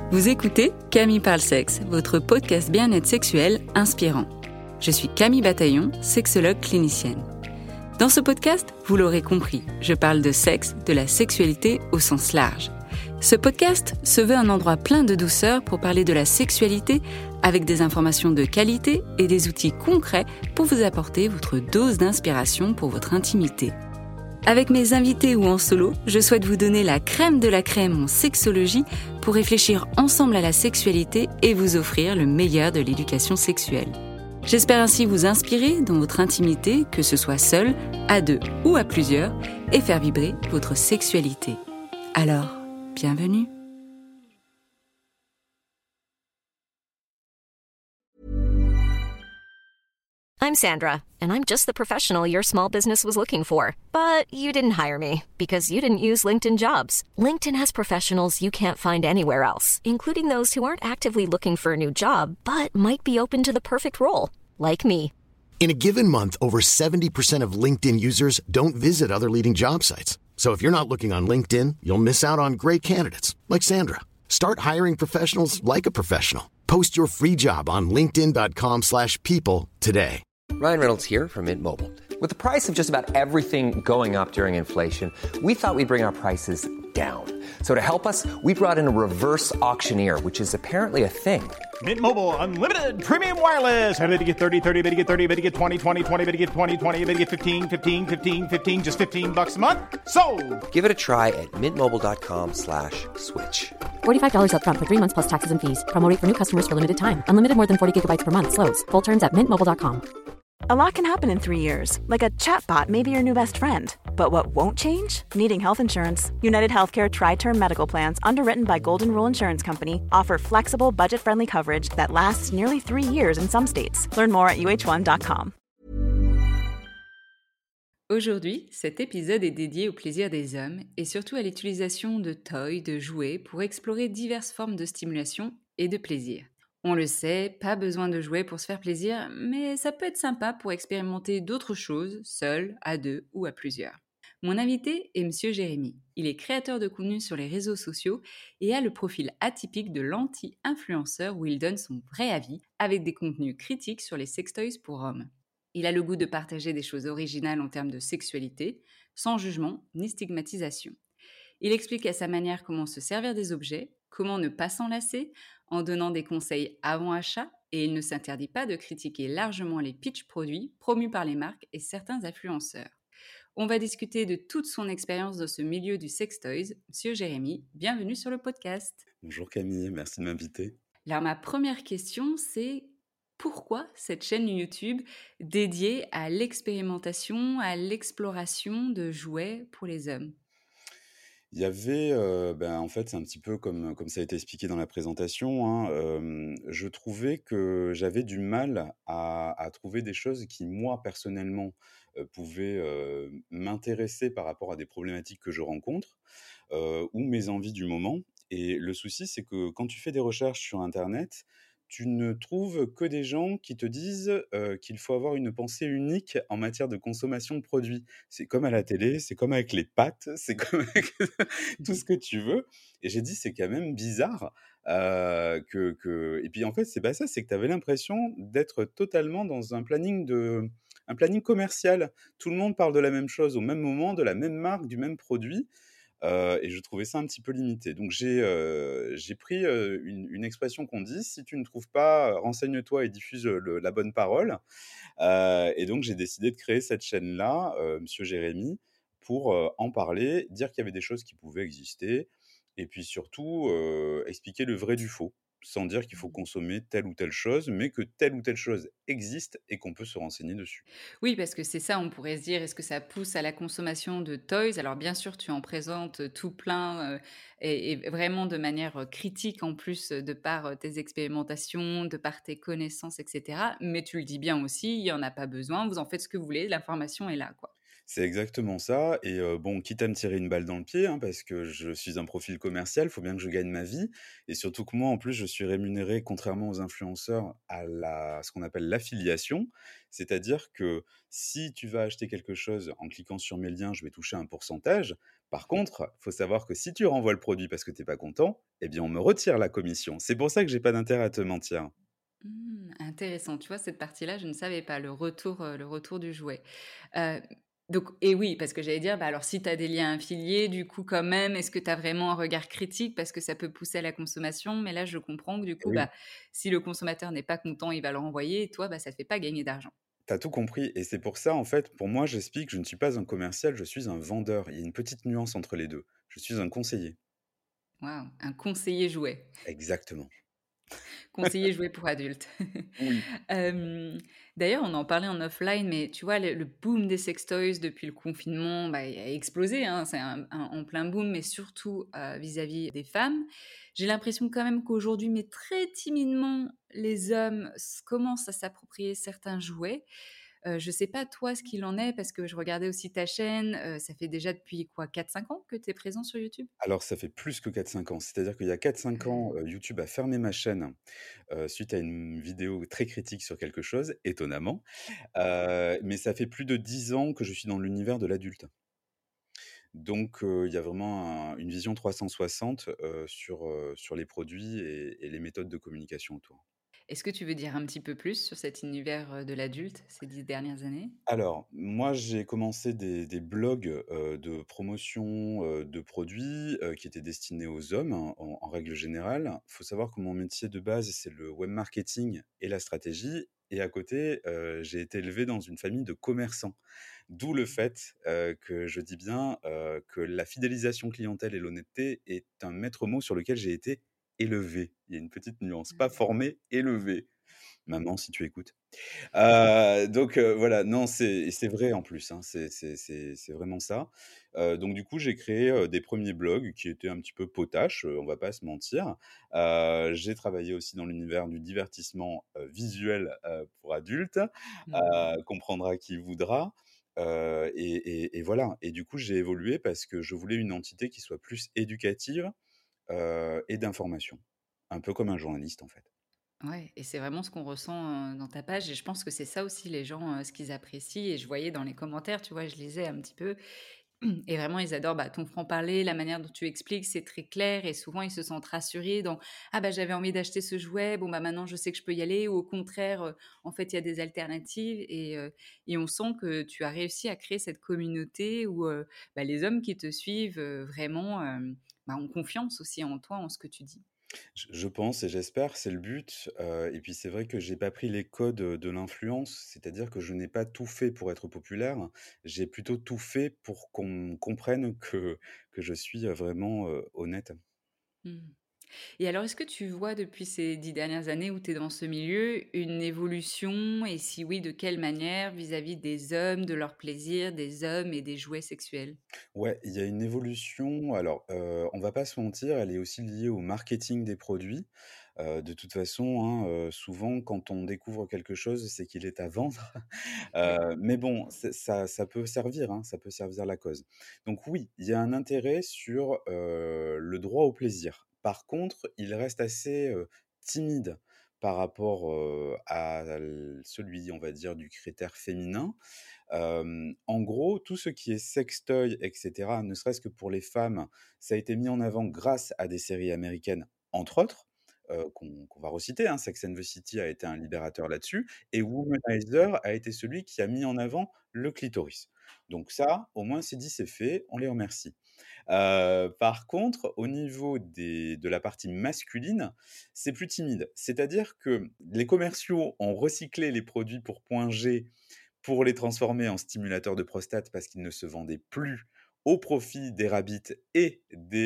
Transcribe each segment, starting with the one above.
Vous écoutez Camille Parle Sexe, votre podcast bien-être sexuel inspirant. Je suis Camille Bataillon, sexologue clinicienne. Dans ce podcast, vous l'aurez compris, je parle de sexe, de la sexualité au sens large. Ce podcast se veut un endroit plein de douceur pour parler de la sexualité avec des informations de qualité et des outils concrets pour vous apporter votre dose d'inspiration pour votre intimité. Avec mes invités ou en solo, je souhaite vous donner la crème de la crème en sexologie pour réfléchir ensemble à la sexualité et vous offrir le meilleur de l'éducation sexuelle. J'espère ainsi vous inspirer dans votre intimité, que ce soit seul, à deux ou à plusieurs, et faire vibrer votre sexualité. Alors, bienvenue. I'm Sandra, and I'm just the professional your small business was looking for. But you didn't hire me because you didn't use LinkedIn Jobs. LinkedIn has professionals you can't find anywhere else, including those who aren't actively looking for a new job, but might be open to the perfect role, like me. In a given month, over 70% of LinkedIn users don't visit other leading job sites. So if you're not looking on LinkedIn, you'll miss out on great candidates like Sandra. Start hiring professionals like a professional. Post your free job on linkedin.com/people today. Ryan Reynolds here from Mint Mobile. With the price of just about everything going up during inflation, we thought we'd bring our prices down. So to help us, we brought in a reverse auctioneer, which is apparently a thing. Mint Mobile Unlimited Premium Wireless. How to get 30, 30, how to get 30, how to get 20, 20, 20, how to get 20, 20, how to get 15, 15, 15, 15, just $15 a month? Sold! Give it a try at mintmobile.com/switch. $45 up front for 3 months plus taxes and fees. Promo rate for new customers for limited time. Unlimited more than 40 gigabytes per month. Slows full terms at mintmobile.com. A lot can happen in 3 years, like a chatbot may be your new best friend. But what won't change? Needing health insurance. United Healthcare Tri-Term Medical Plans, underwritten by Golden Rule Insurance Company, offer flexible, budget-friendly coverage that lasts nearly 3 years in some states. Learn more at uh1.com. Aujourd'hui, cet épisode est dédié au plaisir des hommes et surtout à l'utilisation de toys, de jouets pour explorer diverses formes de stimulation et de plaisir. On le sait, pas besoin de jouets pour se faire plaisir, mais ça peut être sympa pour expérimenter d'autres choses, seul, à deux ou à plusieurs. Mon invité est Monsieur Jérémy. Il est créateur de contenu sur les réseaux sociaux et a le profil atypique de l'anti-influenceur où il donne son vrai avis avec des contenus critiques sur les sextoys pour hommes. Il a le goût de partager des choses originales en termes de sexualité, sans jugement ni stigmatisation. Il explique à sa manière comment se servir des objets, comment ne pas s'enlacer, en donnant des conseils avant achat, et il ne s'interdit pas de critiquer largement les pitch produits promus par les marques et certains influenceurs. On va discuter de toute son expérience dans ce milieu du sextoys. Monsieur Jérémy, bienvenue sur le podcast. Bonjour Camille, merci de m'inviter. Alors ma première question, c'est pourquoi cette chaîne YouTube dédiée à l'expérimentation, à l'exploration de jouets pour les hommes ? Il y avait, en fait, c'est un petit peu comme ça a été expliqué dans la présentation, hein, je trouvais que j'avais du mal à trouver des choses qui, moi, personnellement, pouvaient, m'intéresser par rapport à des problématiques que je rencontre, ou mes envies du moment. Et le souci, c'est que quand tu fais des recherches sur internet, tu ne trouves que des gens qui te disent, qu'il faut avoir une pensée unique en matière de consommation de produits. C'est comme à la télé, c'est comme avec les pâtes, c'est comme avec tout ce que tu veux. Et j'ai dit: «C'est quand même bizarre», que et puis en fait, c'est pas ça, c'est que tu avais l'impression d'être totalement dans un planning commercial. Tout le monde parle de la même chose au même moment, de la même marque, du même produit. Et je trouvais ça un petit peu limité. Donc j'ai pris, une expression qu'on dit: «Si tu ne trouves pas, renseigne-toi et diffuse, la bonne parole». Et donc j'ai décidé de créer cette chaîne-là, Monsieur Jérémy, pour, en parler, dire qu'il y avait des choses qui pouvaient exister et puis surtout, expliquer le vrai du faux. Sans dire qu'il faut consommer telle ou telle chose, mais que telle ou telle chose existe et qu'on peut se renseigner dessus. Oui, parce que c'est ça, on pourrait se dire, est-ce que ça pousse à la consommation de toys? Alors bien sûr, tu en présentes tout plein et vraiment de manière critique en plus de par tes expérimentations, de par tes connaissances, etc. Mais tu le dis bien aussi, il n'y en a pas besoin, vous en faites ce que vous voulez, l'information est là, quoi. C'est exactement ça et bon, quitte à me tirer une balle dans le pied, hein, parce que je suis un profil commercial, il faut bien que je gagne ma vie et surtout que moi, en plus, je suis rémunéré, contrairement aux influenceurs, à la ce qu'on appelle l'affiliation. C'est-à-dire que si tu vas acheter quelque chose en cliquant sur mes liens, je vais toucher un pourcentage. Par contre, faut savoir que si tu renvoies le produit parce que tu es pas content, eh bien, on me retire la commission. C'est pour ça que j'ai pas d'intérêt à te mentir. Intéressant. Tu vois, cette partie-là, je ne savais pas, le retour du jouet. Heu, donc et oui, parce que j'allais dire, bah, alors si tu as des liens affiliés, du coup, quand même, est-ce que tu as vraiment un regard critique? Parce que ça peut pousser à la consommation, mais là, je comprends que du Eh coup, oui. bah, si le consommateur n'est pas content, il va le renvoyer et toi, bah, ça te fait pas gagner d'argent. T'as tout compris et c'est pour ça, en fait, pour moi, j'explique, je ne suis pas un commercial, je suis un vendeur. Il y a une petite nuance entre les 2. Je suis un conseiller. Waouh, un conseiller jouet. Exactement. Conseiller jouet pour adultes. Oui. Hem, D'ailleurs, on en parlait en offline, mais tu vois, le boom des sextoys depuis le confinement, bah, il a explosé, hein. C'est un en plein boom, mais surtout, vis-à-vis des femmes. J'ai l'impression quand même qu'aujourd'hui, mais très timidement, les hommes commencent à s'approprier certains jouets. Je sais pas toi ce qu'il en est parce que je regardais aussi ta chaîne, ça fait déjà depuis quoi, 4-5 ans que tu es présent sur YouTube? Alors ça fait plus que 4-5 ans. C'est-à-dire qu'il y a 4-5 ans, YouTube a fermé ma chaîne, suite à une vidéo très critique sur quelque chose, étonnamment. Mais ça fait plus de 10 ans que je suis dans l'univers de l'adulte. Donc il y a vraiment une vision 360, sur les produits et les méthodes de communication autour. Est-ce que tu veux dire un petit peu plus sur cet univers, de l'adulte ces 10 dernières années? Alors, moi, j'ai commencé des blogs, de promotion, de produits, qui étaient destinés aux hommes, hein, en règle générale. Il faut savoir que mon métier de base, c'est le web marketing et la stratégie et à côté, j'ai été élevé dans une famille de commerçants. D'où le fait, que je dis bien, que la fidélisation clientèle et l'honnêteté est un maître mot sur lequel j'ai été élevé. Il y a une petite nuance, pas formé, élevé. Maman, si tu écoutes. Donc voilà, non, c'est vrai en plus, hein, c'est vraiment ça. Donc du coup, j'ai créé, des premiers blogs qui étaient un petit peu potaches, on va pas se mentir. J'ai travaillé aussi dans l'univers du divertissement, visuel, pour adultes, Mmh. comprendra qui voudra. Et voilà et du coup, j'ai évolué parce que je voulais une entité qui soit plus éducative, et d'information. Un peu comme un journaliste, en fait. Ouais et c'est vraiment ce qu'on ressent, dans ta page et je pense que c'est ça aussi les gens, ce qu'ils apprécient et je voyais dans les commentaires, tu vois? Je lisais un petit peu et vraiment ils adorent, bah, ton franc-parler, la manière dont tu expliques, c'est très clair et souvent ils se sentent rassurés dans: «Ah bah, j'avais envie d'acheter ce jouet, bon bah, maintenant je sais que je peux y aller» ou au contraire, en fait, il y a des alternatives et on sent que tu as réussi à créer cette communauté où, bah, les hommes qui te suivent, vraiment, bah, ont confiance aussi en toi, en ce que tu dis. Je pense et j'espère, c'est le but, et puis c'est vrai que j'ai pas pris les codes, de l'influence, c'est-à-dire que je n'ai pas tout fait pour être populaire. J'ai plutôt tout fait pour qu'on comprenne que je suis, vraiment, honnête. Mmh. Et alors, est-ce que tu vois depuis ces 10 dernières années où tu es dans ce milieu, une évolution et si oui, de quelle manière vis-à-vis des hommes, de leur plaisir, des hommes et des jouets sexuels? Ouais, il y a une évolution. Alors, on va pas se mentir, elle est aussi liée au marketing des produits. De toute façon, hein, souvent quand on découvre quelque chose, c'est qu'il est à vendre. Oui. Mais bon, ça peut servir, hein, ça peut servir la cause. Donc oui, il y a un intérêt sur, le droit au plaisir. Par contre, il reste assez, timide par rapport, à celui, on va dire, du critère féminin. En gros, tout ce qui est sextoy et cetera, ne serait-ce que pour les femmes, ça a été mis en avant grâce à des séries américaines, entre autres, qu'on va reciter, hein. Sex and the City a été un libérateur là-dessus et Womanizer a été celui qui a mis en avant le clitoris. Donc ça, au moins c'est dit, c'est fait, on les remercie. Par contre, au niveau de la partie masculine, c'est plus timide. C'est-à-dire que les commerciaux ont recyclé les produits pour point G pour les transformer en stimulateurs de prostate parce qu'ils ne se vendaient plus au profit des rabbits et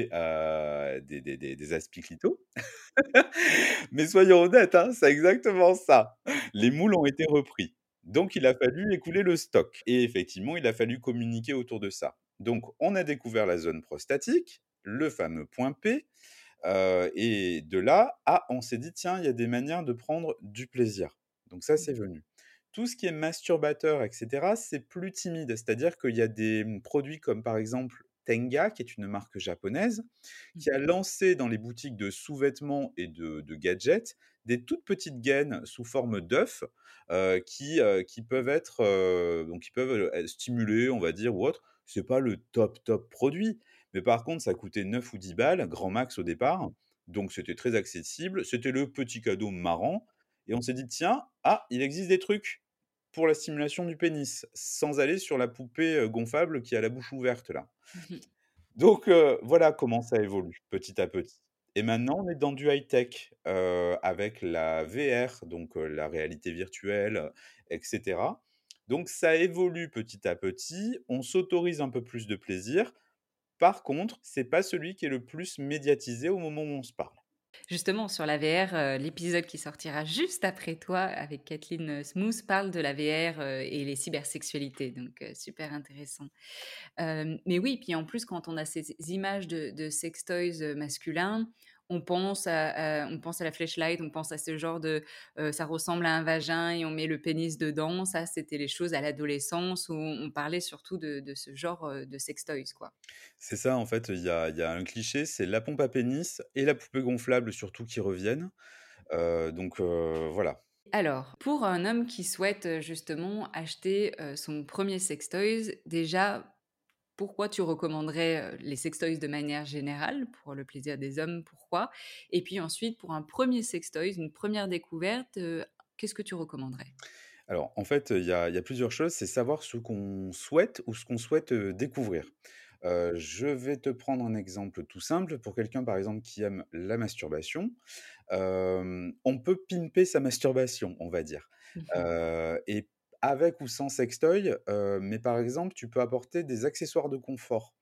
des aspiclitos. Mais soyons honnêtes, hein, c'est exactement ça. Les moules ont été repris. Donc il a fallu écouler le stock et effectivement, il a fallu communiquer autour de ça. Donc on a découvert la zone prostatique, le fameux point P, et de là, ah, on s'est dit: «Tiens, il y a des manières de prendre du plaisir». Donc ça, c'est venu. Tout ce qui est masturbateur, et cetera, c'est plus timide. C'est-à-dire qu'il y a des, produits comme, par exemple, Tenga, qui est une marque japonaise, qui a Mmh. lancé dans les boutiques de sous-vêtements et de gadgets, des toutes petites gaines sous forme d'œufs, qui peuvent être, donc qui peuvent, stimuler, on va dire, ou autre. C'est pas le top, top produit, mais par contre, ça coûtait 9 ou 10 balles, grand max au départ, donc c'était très accessible. C'était le petit cadeau marrant et on s'est dit: «Tiens, ah, il existe des trucs pour la stimulation du pénis», sans aller sur la poupée, gonflable qui a la bouche ouverte là. Mmh. Donc voilà comment ça évolue petit à petit et maintenant on est dans du high-tech, avec la VR, donc la réalité virtuelle, et cetera. Donc ça évolue petit à petit, on s'autorise un peu plus de plaisir. Par contre, c'est pas celui qui est le plus médiatisé au moment où on se parle. Justement, sur la VR, l'épisode qui sortira juste après toi avec Kathleen, Smooth parle de la VR, et les cybersexualités, donc super intéressant. Mais oui, puis en plus, quand on a ces images de sextoys, masculins, on pense à la fleshlight, on pense à ce genre de, ça ressemble à un vagin et on met le pénis dedans. Ça, c'était les choses à l'adolescence où on parlait surtout de ce genre, de sextoys, quoi. C'est ça en fait, il y a un cliché, c'est la pompe à pénis et la poupée gonflable surtout qui reviennent, donc voilà. Alors, pour un homme qui souhaite, justement acheter, son premier sextoys, déjà, pourquoi tu recommanderais, les sextoys de manière générale? Pour le plaisir des hommes, pourquoi? Et puis ensuite, pour un premier sextoys, une première découverte, qu'est-ce que tu recommanderais? Alors, en fait, il y a plusieurs choses, c'est savoir ce qu'on souhaite ou ce qu'on souhaite, découvrir. Je vais te prendre un exemple tout simple pour quelqu'un, par exemple, qui aime la masturbation. On peut pimper sa masturbation, on va dire. Mmh. Et avec ou sans sextoy, mais par exemple, tu peux apporter des accessoires de confort.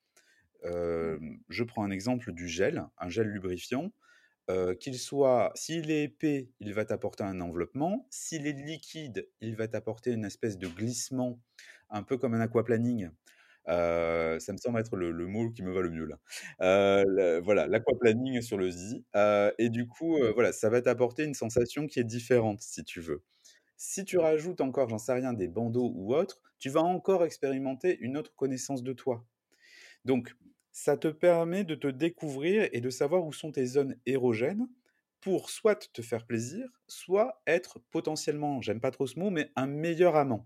Je prends un exemple du gel, un gel lubrifiant. Qu'il soit s'il est épais, il va t'apporter un enveloppement. S'il est liquide, il va t'apporter une espèce de glissement, un peu comme un aquaplaning. Ça me semble être le mot qui me va le mieux là. Le voilà, l'aquaplaning sur le zizi, et du coup, voilà, ça va t'apporter une sensation qui est différente, si tu veux. Si tu rajoutes encore, j'en sais rien, des bandeaux ou autre, tu vas encore expérimenter une autre connaissance de toi. Donc, ça te permet de te découvrir et de savoir où sont tes zones érogènes pour soit te faire plaisir, soit être potentiellement, j'aime pas trop ce mot, mais un meilleur amant.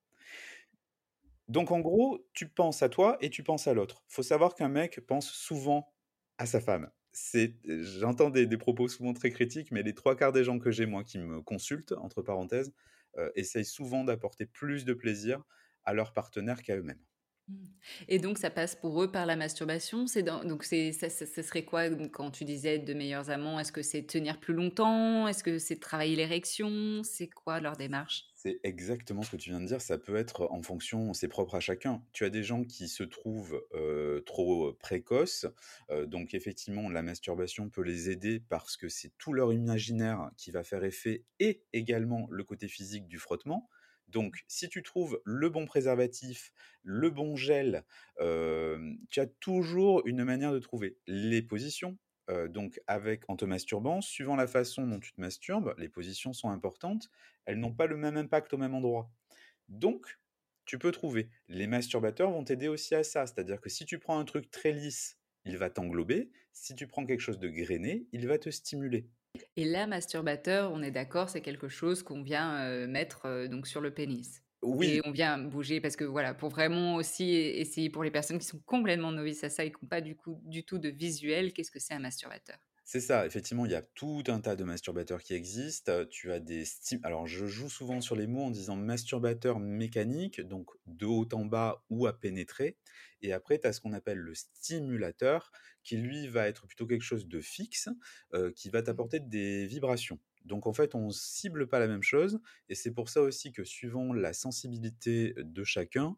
Donc en gros, tu penses à toi et tu penses à l'autre. Faut savoir qu'un mec pense souvent à sa femme. J'entends des propos souvent très critiques, mais les trois quarts des gens que j'ai, moi, qui me consultent, entre parenthèses, essayent souvent d'apporter plus de plaisir à leur partenaire qu'à eux-mêmes. Mmh. Et donc ça passe pour eux par la masturbation? C'est dans donc c'est ça serait quoi, quand tu disais être de meilleurs amants? Est-ce que c'est tenir plus longtemps? Est-ce que c'est travailler l'érection? C'est quoi leur démarche? C'est exactement ce que tu viens de dire, ça peut être en fonction c'est propre à chacun. Tu as des gens qui se trouvent, trop, précoces, donc effectivement la masturbation peut les aider parce que c'est tout leur imaginaire qui va faire effet et également le côté physique du frottement. Donc si tu trouves le bon préservatif, le bon gel, tu as toujours une manière de trouver les positions, donc avec en te masturbant, suivant la façon dont tu te masturbes, les positions sont importantes, elles n'ont pas le même impact au même endroit. Donc, tu peux trouver. Les masturbateurs vont t'aider aussi à ça, c'est-à-dire que si tu prends un truc très lisse, il va t'englober. Si tu prends quelque chose de grainé, il va te stimuler. Et là, masturbateur, on est d'accord, c'est quelque chose qu'on vient, mettre, donc sur le pénis? Oui, Et on vient bouger parce que voilà, pour vraiment aussi essayer pour les personnes qui sont complètement novices à ça et qui ont pas du tout de visuel, qu'est-ce que c'est un masturbateur? c'est ça, effectivement, il y a tout un tas de masturbateurs qui existent. Tu as des alors je joue souvent sur les mots en disant masturbateur mécanique, donc de haut en bas ou à pénétrer. Et après, tu as ce qu'on appelle le stimulateur, qui lui va être plutôt quelque chose de fixe, qui va Mmh. t'apporter des vibrations. Donc en fait, on cible pas la même chose, et c'est pour ça aussi que suivant la sensibilité de chacun,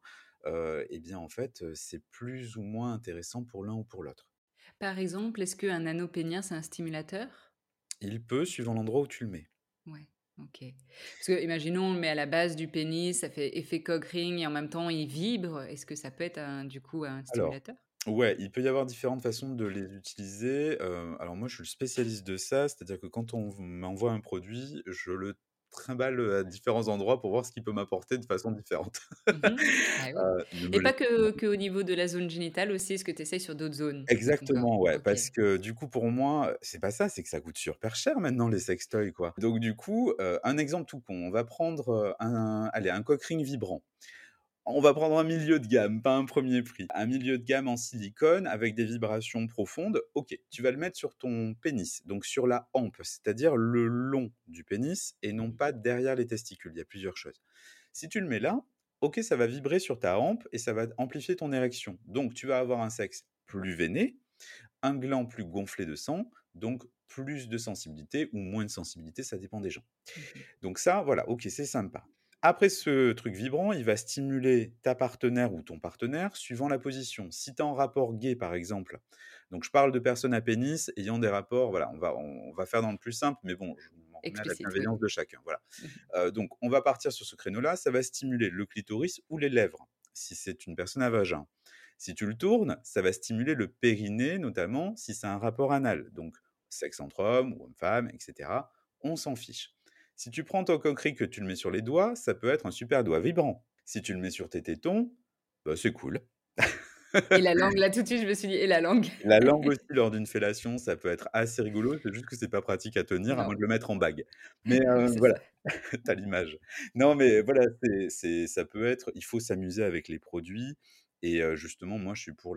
et bien en fait, c'est plus ou moins intéressant pour l'un ou pour l'autre. Par exemple, est-ce qu'un anneau pénien, c'est un stimulateur? Il peut, suivant l'endroit où tu le mets. Ouais, OK. Parce que imaginons, on le met à la base du pénis, ça fait effet cock ring et en même temps il vibre. Est-ce que ça peut être un du coup un Alors, stimulateur? ouais, il peut y avoir différentes façons de les utiliser. Alors moi, je suis le spécialiste de ça, c'est-à-dire que quand on m'envoie un produit, je le trimballe, à différents endroits pour voir ce qu'il peut m'apporter de façon différente. Mmh. Ah oui. Ne Et me pas laisse qu'au niveau de la zone génitale aussi? Est-ce que tu essayes sur d'autres zones de ton corps? Exactement, ouais, OK. parce que du coup, pour moi, c'est pas ça, c'est que ça coûte super cher maintenant les sextoys, quoi. Donc du coup, un exemple tout con, on va prendre, un cock ring vibrant. On va prendre un milieu de gamme, pas un premier prix. Un milieu de gamme en silicone avec des vibrations profondes. OK, tu vas le mettre sur ton pénis, donc sur la hampe, c'est-à-dire le long du pénis et non pas derrière les testicules. Il y a plusieurs choses. Si tu le mets là, OK, ça va vibrer sur ta hampe et ça va amplifier ton érection. Donc tu vas avoir un sexe plus veiné, un gland plus gonflé de sang, donc plus de sensibilité ou moins de sensibilité, ça dépend des gens. Mmh. Donc ça, voilà, OK, c'est sympa. Après ce truc vibrant, il va stimuler ta partenaire ou ton partenaire suivant la position. Si tu es en rapport gay, par exemple, donc je parle de personnes à pénis ayant des rapports, voilà, on va faire dans le plus simple, mais bon, je m'en remets à la Explicite, oui. bienveillance de chacun, voilà. Mmh. Donc on va partir sur ce créneau-là, ça va stimuler le clitoris ou les lèvres, si c'est une personne à vagin. Si tu le tournes, ça va stimuler le périnée, notamment si c'est un rapport anal, donc sexe entre hommes ou homme-femme, etc. On s'en fiche. Si tu prends ton coquerie que tu le mets sur les doigts, ça peut être un super doigt vibrant. Si tu le mets sur tes tétons, bah, c'est cool. Et la langue, là, tout de suite, je me suis dit: «Et la langue?» La langue aussi, lors d'une fellation, ça peut être assez rigolo, c'est juste que c'est pas pratique à tenir, à moins Non, de le mettre en bague. Mais c'est voilà, ça. tu as l'image. Non, mais voilà, ça peut être il faut s'amuser avec les produits et justement, moi, je suis pour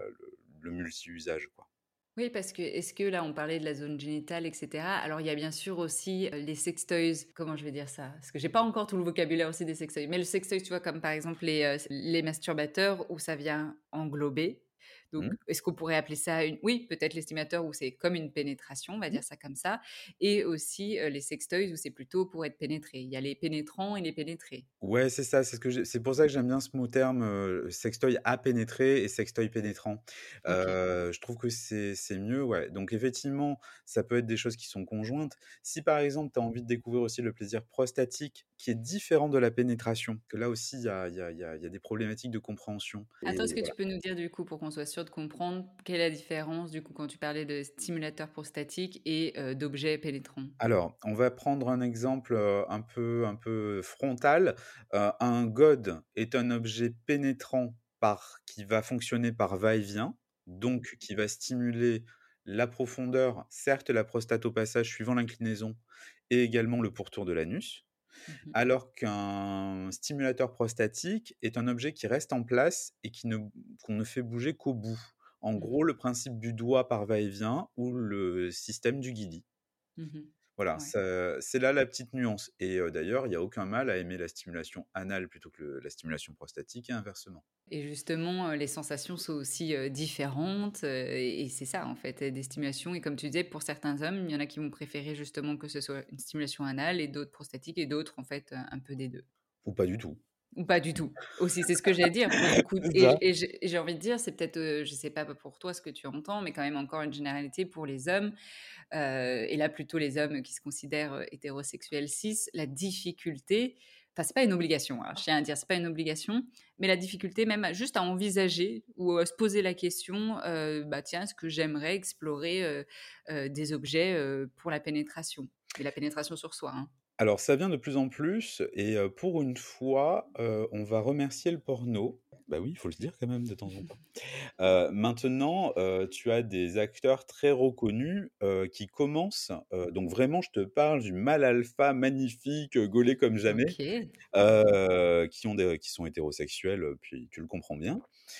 le multi-usage, quoi. Oui, parce que est-ce que là, on parlait de la zone génitale et cetera. Alors, il y a bien sûr aussi, les sextoys, comment je vais dire ça? Parce que j'ai pas encore tout le vocabulaire aussi des sextoys. Mais le sextoy, tu vois, comme par exemple les masturbateurs où ça vient englober. Donc, Mmh. est-ce qu'on pourrait appeler ça une oui, peut-être l'estimateur où c'est comme une pénétration, on va Mmh. dire ça comme ça. Et aussi, les sextoys où c'est plutôt pour être pénétré. Il y a les pénétrants et les pénétrés. Ouais, c'est ça, c'est pour ça que j'aime bien ce mot terme, sextoy à pénétrer et sextoy pénétrant. OK. Je trouve que c'est mieux, ouais. Donc effectivement, ça peut être des choses qui sont conjointes. Si par exemple, tu as envie de découvrir aussi le plaisir prostatique qui est différent de la pénétration, que là aussi il y a des problématiques de compréhension et Attends, est-ce que voilà. tu peux nous dire du coup, pour qu'on soit sûr de comprendre, quelle est la différence du coup quand tu parlais de stimulateur prostatique et d'objets pénétrants? Alors, on va prendre un exemple, un peu frontal. Un gode est un objet pénétrant qui va fonctionner par va-et-vient, donc qui va stimuler la profondeur, certes la prostate au passage suivant l'inclinaison et également le pourtour de l'anus. Mmh. Alors qu'un stimulateur prostatique est un objet qui reste en place et qu'on ne fait bouger qu'au bout. En Mmh. gros, le principe du doigt par va-et-vient ou le système du guidi. Mmh. Voilà, Ouais. c'est là la petite nuance et d'ailleurs, il y a aucun mal à aimer la stimulation anale plutôt que la stimulation prostatique et inversement. Et justement, les sensations sont aussi, différentes, et c'est ça en fait, des stimulations et comme tu disais, pour certains hommes, il y en a qui vont préférer justement que ce soit une stimulation anale et d'autres prostatique et d'autres en fait, un peu des 2. Ou pas du tout. Ou pas du tout, aussi, c'est ce que j'allais dire. Pour beaucoup C'est et ça. j et j'ai envie de dire, c'est peut-être, je sais pas pour toi ce que tu entends, mais quand même encore une généralité pour les hommes, et là plutôt les hommes qui se considèrent, hétérosexuels cis, la difficulté enfin c'est pas une obligation, hein, je tiens à dire, c'est pas une obligation, mais la difficulté même juste à envisager ou à se poser la question, bah tiens, est-ce que j'aimerais explorer, des objets, pour la pénétration? Et la pénétration sur soi, hein. Alors ça vient de plus en plus et pour une fois, on va remercier le porno. Bah oui, il faut le dire quand même de temps en temps. Maintenant, tu as des acteurs très reconnus, qui commencent, donc vraiment je te parle du mâle alpha magnifique, gaulé comme jamais, OK. qui sont hétérosexuels, puis tu le comprends bien.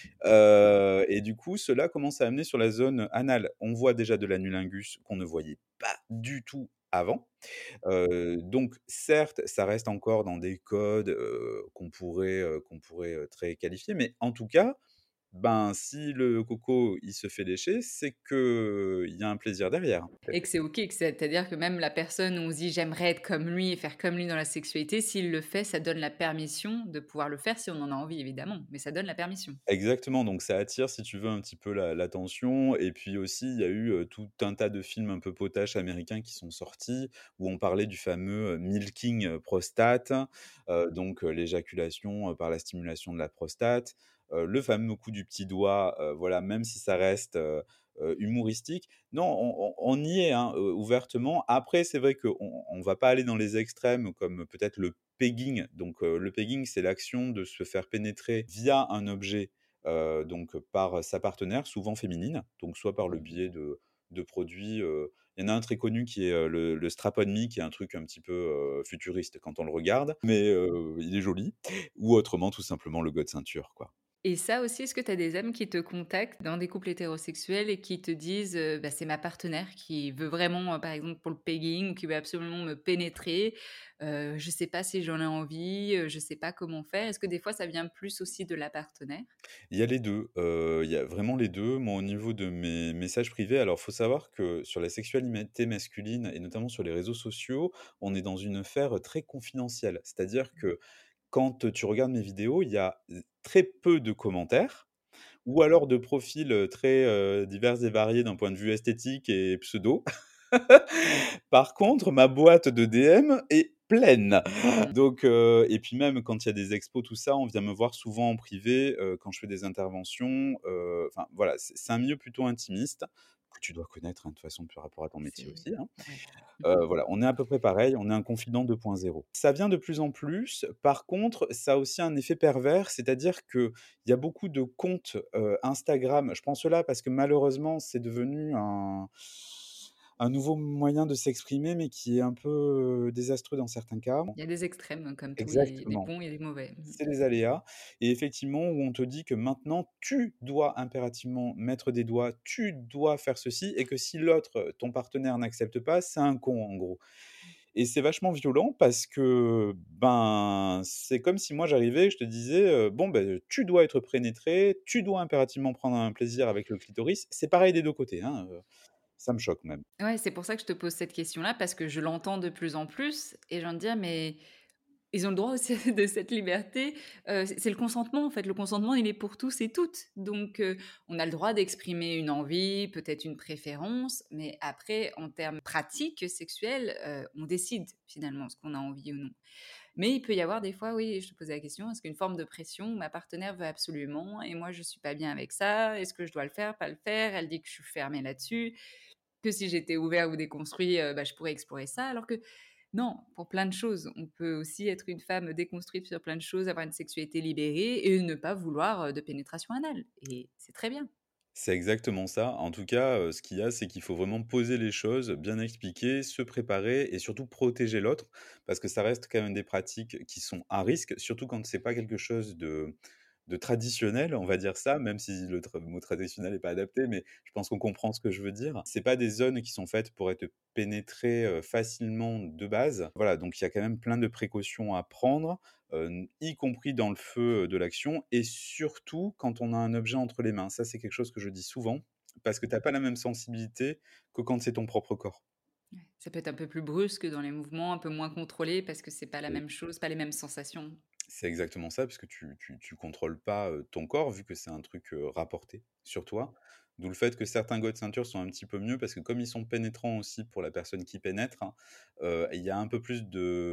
Et du coup, cela commence à amener sur la zone anale. On voit déjà de l'anulingus qu'on ne voyait pas du tout avant. Donc certes, ça reste encore dans des codes, qu'on pourrait très qualifier, mais en tout cas, ben, si le coco, il se fait lécher, c'est qu'il y a un plaisir derrière. Et que c'est OK, que c'est-à-dire que même la personne où on se dit: «J'aimerais être comme lui et faire comme lui dans la sexualité», s'il le fait, ça donne la permission de pouvoir le faire si on en a envie évidemment, mais ça donne la permission. Exactement, donc ça attire, si tu veux, un petit peu l'attention et puis aussi, il y a eu, tout un tas de films un peu potaches américains qui sont sortis, où on parlait du fameux, milking, prostate, donc l'éjaculation, par la stimulation de la prostate, le fameux coup du petit doigt, voilà, même si ça reste, humoristique. Non, on y est, hein, ouvertement. Après, c'est vrai qu'on va pas aller dans les extrêmes comme peut-être le pegging. Donc, le pegging, c'est l'action de se faire pénétrer via un objet, donc par sa partenaire, souvent féminine, donc soit par le biais de produits, il y en a un très connu qui est, le Strap-on Me, qui est un truc un petit peu, futuriste quand on le regarde, mais il est joli, ou autrement tout simplement le God ceinture, quoi. Et ça aussi, est-ce que tu as des hommes qui te contactent dans des couples hétérosexuels et qui te disent, «Bah, c'est ma partenaire qui veut vraiment, par exemple pour le pegging ou qui veut absolument me pénétrer, je sais pas si j'en ai envie, je sais pas comment faire». Est-ce que des fois ça vient plus aussi de la partenaire? Il y a les 2. Il y a vraiment les 2. Moi, au niveau de mes messages privés, alors faut savoir que sur la sexualité masculine et notamment sur les réseaux sociaux, on est dans une sphère très confidentielle. C'est-à-dire que quand tu regardes mes vidéos, il y a très peu de commentaires ou alors de profils, très, divers et variés d'un point de vue esthétique et pseudo. Par contre, ma boîte de DM est pleine. Mmh. Donc et puis même quand il y a des expos, tout ça, on vient me voir souvent en privé, quand je fais des interventions, enfin voilà, c'est un milieu plutôt intimiste, que tu dois connaître, hein, de toute façon, par rapport à ton métier C'est aussi, hein. ouais. Mmh. Voilà, on est à peu près pareil, on est un confident 2.0. Ça vient de plus en plus, par contre, ça a aussi un effet pervers, c'est-à-dire qu'il y a beaucoup de comptes, Instagram, je prends cela parce que malheureusement, c'est devenu un nouveau moyen de s'exprimer, mais qui est un peu, désastreux dans certains cas. Il y a des extrêmes, hein, comme tout, il y a des Exactement. bons et des mauvais. Mmh. C'est les aléas et effectivement où on te dit que maintenant tu dois impérativement mettre des doigts, tu dois faire ceci et que si l'autre, ton partenaire n'accepte pas, c'est un con en gros et c'est vachement violent parce que, ben, c'est comme si moi j'arrivais et je te disais, «Bon, ben, tu dois être pénétré, tu dois impérativement prendre un plaisir avec le clitoris». C'est pareil des 2 côtés, hein, ça me choque même. Ouais, c'est pour ça que je te pose cette question-là parce que je l'entends de plus en plus et j'ai envie de dire: «Mais ils ont le droit aussi de cette liberté, c'est le consentement en fait. Le consentement, il est pour tous et toutes. Donc, on a le droit d'exprimer une envie, peut-être une préférence, mais après en termes pratiques sexuels, on décide finalement ce qu'on a envie ou non. Mais il peut y avoir des fois, oui, je te posais la question, est-ce qu'une forme de pression, ma partenaire veut absolument et moi je suis pas bien avec ça, est-ce que je dois le faire, pas le faire? Elle dit que je suis fermée là-dessus, que si j'étais ouvert ou déconstruit, bah, je pourrais explorer ça. Alors que non, pour plein de choses. On peut aussi être une femme déconstruite sur plein de choses, avoir une sexualité libérée et ne pas vouloir, de pénétration anale et c'est très bien. C'est exactement ça. En tout cas, ce qu'il y a, c'est qu'il faut vraiment poser les choses, bien expliquer, se préparer et surtout protéger l'autre. Parce que ça reste quand même des pratiques qui sont à risque, surtout quand c'est pas quelque chose de traditionnel, on va dire ça, même si le mot traditionnel n'est pas adapté, mais je pense qu'on comprend ce que je veux dire. C'est pas des zones qui sont faites pour être pénétrées, facilement de base. Voilà, donc il y a quand même plein de précautions à prendre, y compris dans le feu, de l'action et surtout quand on a un objet entre les mains. Ça, c'est quelque chose que je dis souvent, parce que tu as pas la même sensibilité que quand c'est ton propre corps. Ouais. Ça peut être un peu plus brusque dans les mouvements, un peu moins contrôlé parce que c'est pas la même chose, pas les mêmes sensations. C'est exactement ça, puisque tu contrôles pas, ton corps vu que c'est un truc, rapporté sur toi. D'où le fait que certains God ceintures sont un petit peu mieux parce que comme ils sont pénétrants aussi pour la personne qui pénètre, hein, il y a un peu plus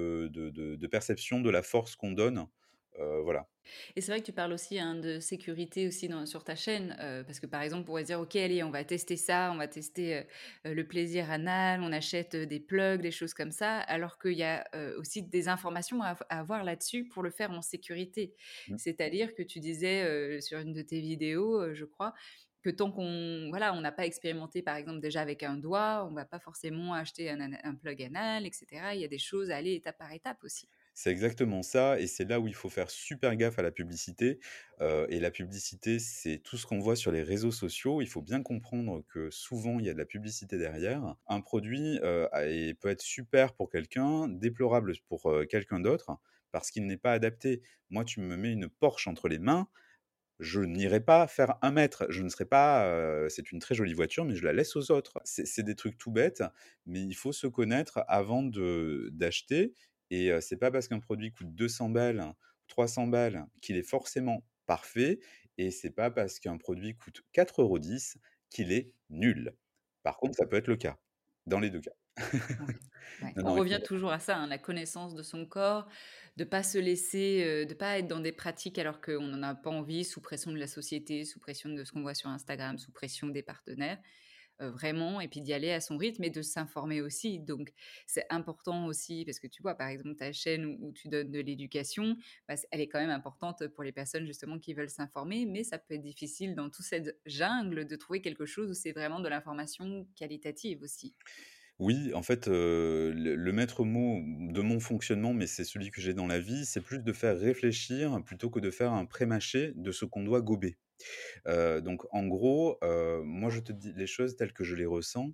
de perception de la force qu'on donne, voilà. Et c'est vrai que tu parles aussi, hein, de sécurité aussi sur ta chaîne, parce que, par exemple, on pourrait se dire: «OK, allez, on va tester ça, on va tester, le plaisir anal, on achète, des plugs, des choses comme ça», alors qu'il y a, aussi des informations à avoir là-dessus pour le faire en sécurité. Mmh. C'est-à-dire que tu disais, sur une de tes vidéos, je crois, que tant qu'on voilà, on n'a pas expérimenté, par exemple, déjà avec un doigt, on va pas forcément acheter un plug anal et cetera. Il y a des choses à aller étape par étape aussi. C'est exactement ça et c'est là où il faut faire super gaffe à la publicité, et la publicité, c'est tout ce qu'on voit sur les réseaux sociaux. Il faut bien comprendre que souvent, il y a de la publicité derrière. Un produit, peut être super pour quelqu'un, déplorable pour, quelqu'un d'autre, parce qu'il n'est pas adapté. Moi, tu me mets une Porsche entre les mains, je n'irai pas faire 1 mètre. Je ne serai pas, c'est une très jolie voiture, mais je la laisse aux autres. C'est des trucs tout bêtes, mais il faut se connaître avant d'acheter et c'est pas parce qu'un produit coûte 200 balles, 300 balles qu'il est forcément parfait et c'est pas parce qu'un produit coûte 4,10 € qu'il est nul. Par contre, ça peut être le cas. dans les 2 cas. Ouais, ouais. Non, On non, il faut revient toujours à ça, hein, la connaissance de son corps, de pas se laisser, de pas être dans des pratiques alors qu'on n'en a pas envie, sous pression de la société, sous pression de ce qu'on voit sur Instagram, sous pression des partenaires, vraiment et puis d'y aller à son rythme et de s'informer aussi. Donc c'est important aussi parce que tu vois, par exemple, ta chaîne où tu donnes de l'éducation, bah, c elle est quand même importante pour les personnes justement qui veulent s'informer, mais ça peut être difficile dans toute cette jungle de trouver quelque chose où c'est vraiment de l'information qualitative aussi. Oui, en fait, le maître mot de mon fonctionnement, mais c'est celui que j'ai dans la vie, c'est plus de faire réfléchir plutôt que de faire un pré-mâché de ce qu'on doit gober. Donc en gros, moi je te dis les choses telles que je les ressens,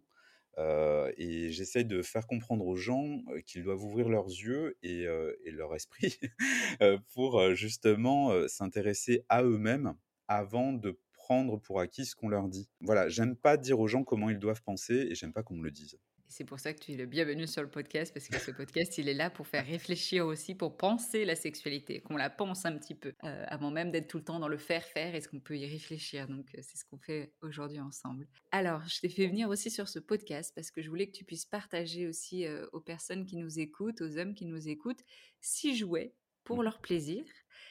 et j'essaye de faire comprendre aux gens, qu'ils doivent ouvrir leurs yeux et leur esprit, pour, justement, s'intéresser à eux-mêmes avant de prendre pour acquis ce qu'on leur dit. Voilà, j'aime pas dire aux gens comment ils doivent penser et j'aime pas qu'on me le dise. Et c'est pour ça que tu es le bienvenu sur le podcast, parce que ce podcast, il est là pour faire réfléchir aussi, pour penser la sexualité, qu'on la pense un petit peu, avant même d'être tout le temps dans le faire, est-ce qu'on peut y réfléchir? Donc, c'est ce qu'on fait aujourd'hui ensemble. Alors, je t'ai fait venir aussi sur ce podcast parce que je voulais que tu puisses partager aussi, aux personnes qui nous écoutent, aux hommes qui nous écoutent, 6 jouets Mmh. pour leur plaisir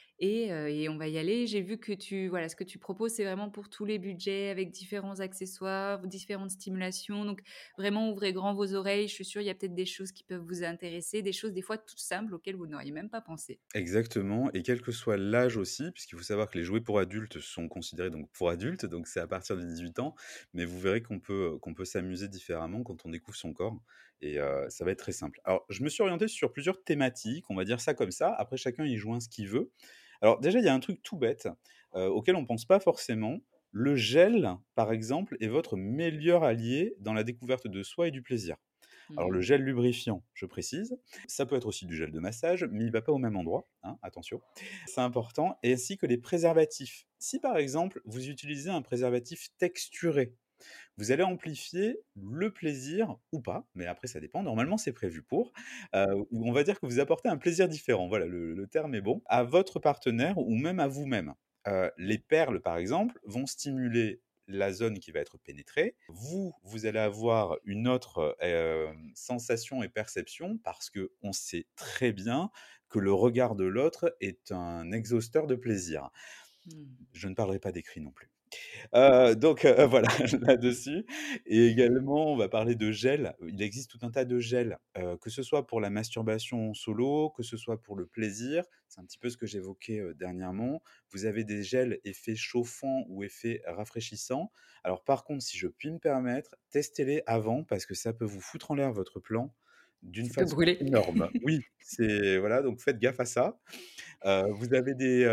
et on va y aller. J'ai vu que ce que tu proposes, c'est vraiment pour tous les budgets avec différents accessoires, différentes stimulations. Donc, vraiment, ouvrez grand vos oreilles. Je suis sûre, il y a peut-être des choses qui peuvent vous intéresser, des choses des fois toutes simples auxquelles vous n'auriez même pas pensé. Exactement et quel que soit l'âge aussi, puisqu'il faut savoir que les jouets pour adultes sont considérés donc pour adultes, donc c'est à partir de 18 ans, mais vous verrez qu'on peut s'amuser différemment quand on découvre son corps et ça va être très simple. Alors, je me suis orienté sur plusieurs thématiques, on va dire ça comme ça. Après chacun y joint ce qu'il veut. Alors déjà, il y a un truc tout bête, auquel on pense pas forcément. Le gel, par exemple, est votre meilleur allié dans la découverte de soi et du plaisir. Alors le Mmh. gel lubrifiant, je précise, ça peut être aussi du gel de massage, mais il va pas au même endroit, hein, attention. C'est important, et ainsi que les préservatifs. Si par exemple vous utilisez un préservatif texturé, vous allez amplifier le plaisir ou pas, mais après ça dépend. Normalement c'est prévu pour, ou on va dire que vous apportez un plaisir différent. Voilà, le terme est bon, à votre partenaire ou même à vous-même. Les perles, par exemple, vont stimuler la zone qui va être pénétrée. Vous allez avoir une autre, sensation et perception parce que on sait très bien que le regard de l'autre est un exhausteur de plaisir. Mmh. Je ne parlerai pas des cris non plus. Donc voilà, là-dessus et également, on va parler de gel. Il existe tout un tas de gels, que ce soit pour la masturbation solo, que ce soit pour le plaisir. C'est un petit peu ce que j'évoquais, dernièrement. Vous avez des gels effet chauffant ou effet rafraîchissant. Alors par contre, si je puis me permettre, testez-les avant parce que ça peut vous foutre en l'air votre plan d'une Ça peut façon brûler. énorme. Oui, c'est voilà, donc faites gaffe à ça. Vous avez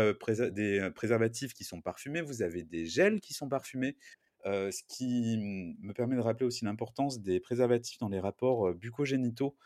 des préservatifs qui sont parfumés, vous avez des gels qui sont parfumés, ce qui, me permet de rappeler aussi l'importance des préservatifs dans les rapports, bucco-génitaux.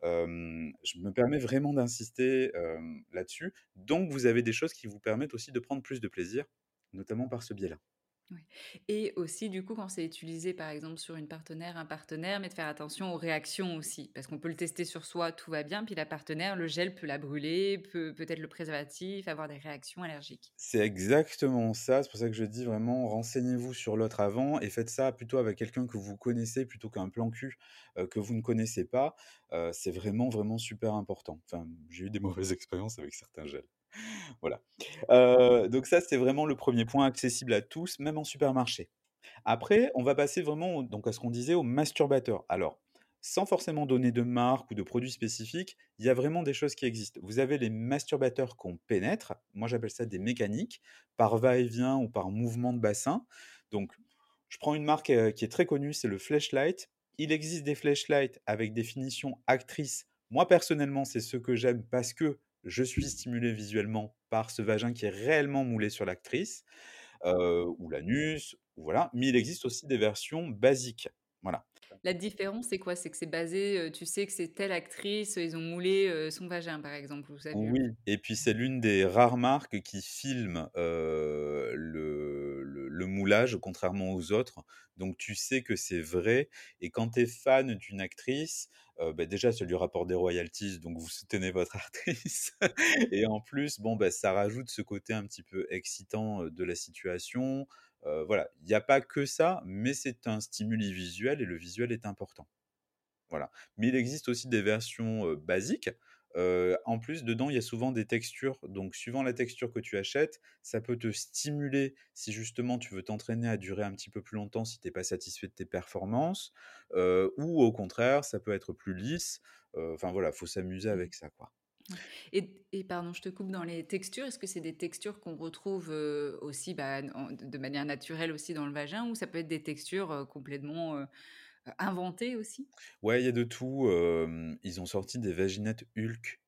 Je me permets vraiment d'insister, là-dessus. Donc vous avez des choses qui vous permettent aussi de prendre plus de plaisir, notamment par ce biais-là. Ouais et aussi du coup quand c'est utilisé par exemple sur une partenaire, un partenaire, mais de faire attention aux réactions aussi. Parce qu'on peut le tester sur soi, tout va bien, puis la partenaire, le gel peut la brûler, peut-être le préservatif, avoir des réactions allergiques. C'est exactement ça, c'est pour ça que je dis vraiment renseignez-vous sur l'autre avant et faites ça plutôt avec quelqu'un que vous connaissez plutôt qu'un plan cul, que vous ne connaissez pas. C'est vraiment, vraiment super important. Enfin, j'ai eu des mauvaises expériences avec certains gels. Voilà. Donc ça, c'est vraiment le premier point accessible à tous, même en supermarché. Après, on va passer vraiment donc à ce qu'on disait aux masturbateurs. Alors, sans forcément donner de marque ou de produits spécifiques, il y a vraiment des choses qui existent. Vous avez les masturbateurs qu'on pénètre, moi j'appelle ça des mécaniques, par va-et-vient ou par mouvement de bassin. Donc, je prends une marque qui est très connue, c'est le Fleshlight. Il existe des Fleshlights avec des finitions actrices. Moi personnellement, c'est ce que j'aime parce que je suis stimulé visuellement par ce vagin qui est réellement moulé sur l'actrice ou l'anus, ou voilà. Mais il existe aussi des versions basiques. Voilà. La différence, c'est quoi? C'est que c'est basé, tu sais que c'est telle actrice, ils ont moulé, son vagin par exemple, ou sa Oui, vulve? et puis c'est l'une des rares marques qui filme, le moulage contrairement aux autres. Donc tu sais que c'est vrai et quand tu es fan d'une actrice, bah, déjà ça lui rapporte des royalties, donc vous soutenez votre artiste et en plus, bon, bah, ça rajoute ce côté un petit peu excitant, de la situation. Voilà, il y a pas que ça, mais c'est un stimuli visuel et le visuel est important. Voilà. Mais il existe aussi des versions, basiques. En plus, dedans, il y a souvent des textures. Donc suivant la texture que tu achètes, ça peut te stimuler si justement tu veux t'entraîner à durer un petit peu plus longtemps si tu es pas satisfait de tes performances, ou au contraire, ça peut être plus lisse. Enfin voilà, faut s'amuser Mmh. avec ça, quoi. Ouais et pardon, je te coupe dans les textures. Est-ce que c'est des textures qu'on retrouve, aussi, bah, de manière naturelle aussi dans le vagin ou ça peut être des textures, complètement, inventées aussi? Ouais, il y a de tout, ils ont sorti des vaginettes Hulk.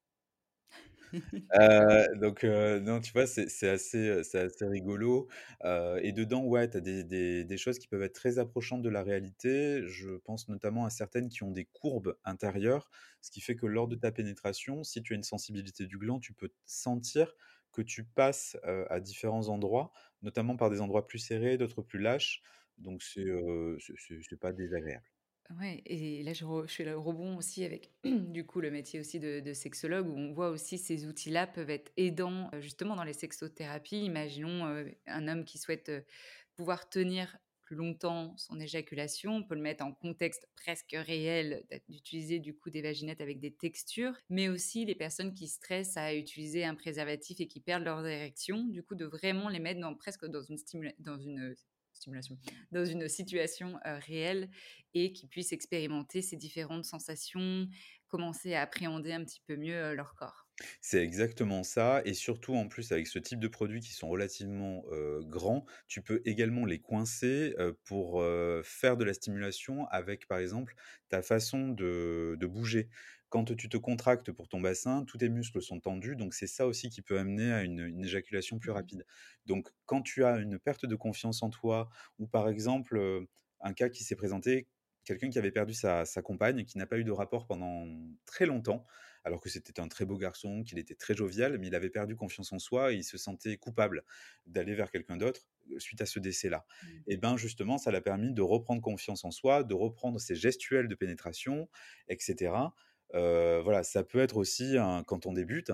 D'accord. Non, tu vois, c'est assez rigolo, et dedans, ouais, tu as des choses qui peuvent être très approchantes de la réalité. Je pense notamment à certaines qui ont des courbes intérieures, ce qui fait que lors de ta pénétration, si tu as une sensibilité du gland, tu peux sentir que tu passes, à différents endroits, notamment par des endroits plus serrés, d'autres plus lâches, donc c'est pas désagréable. Ouais et là je fais le rebond aussi avec du coup le métier aussi de sexologue où on voit aussi ces outils-là peuvent être aidants, justement dans les sexothérapies. Imaginons, un homme qui souhaite, pouvoir tenir plus longtemps son éjaculation, on peut le mettre en contexte presque réel, d'utiliser du coup des vaginettes avec des textures, mais aussi les personnes qui stressent à utiliser un préservatif et qui perdent leur érection, du coup de vraiment les mettre dans presque dans une stimulation, dans une situation, réelle et qui puissent expérimenter ces différentes sensations, commencer à appréhender un petit peu mieux, leur corps. C'est exactement ça et surtout, en plus, avec ce type de produits qui sont relativement, grands, tu peux également les coincer, pour, faire de la stimulation avec, par exemple, ta façon de bouger. Quand tu te contractes pour ton bassin, tous tes muscles sont tendus, donc c'est ça aussi qui peut amener à une éjaculation plus Mmh. rapide. Donc quand tu as une perte de confiance en toi ou par exemple, un cas qui s'est présenté, quelqu'un qui avait perdu sa compagne, qui n'a pas eu de rapport pendant très longtemps, alors que c'était un très beau garçon, qu'il était très jovial, mais il avait perdu confiance en soi et il se sentait coupable d'aller vers quelqu'un d'autre, suite à ce décès-là. Mmh. Et ben, justement, ça l'a permis de reprendre confiance en soi, de reprendre ses gestuels de pénétration et cetera. Voilà, ça peut être aussi un quand on débute,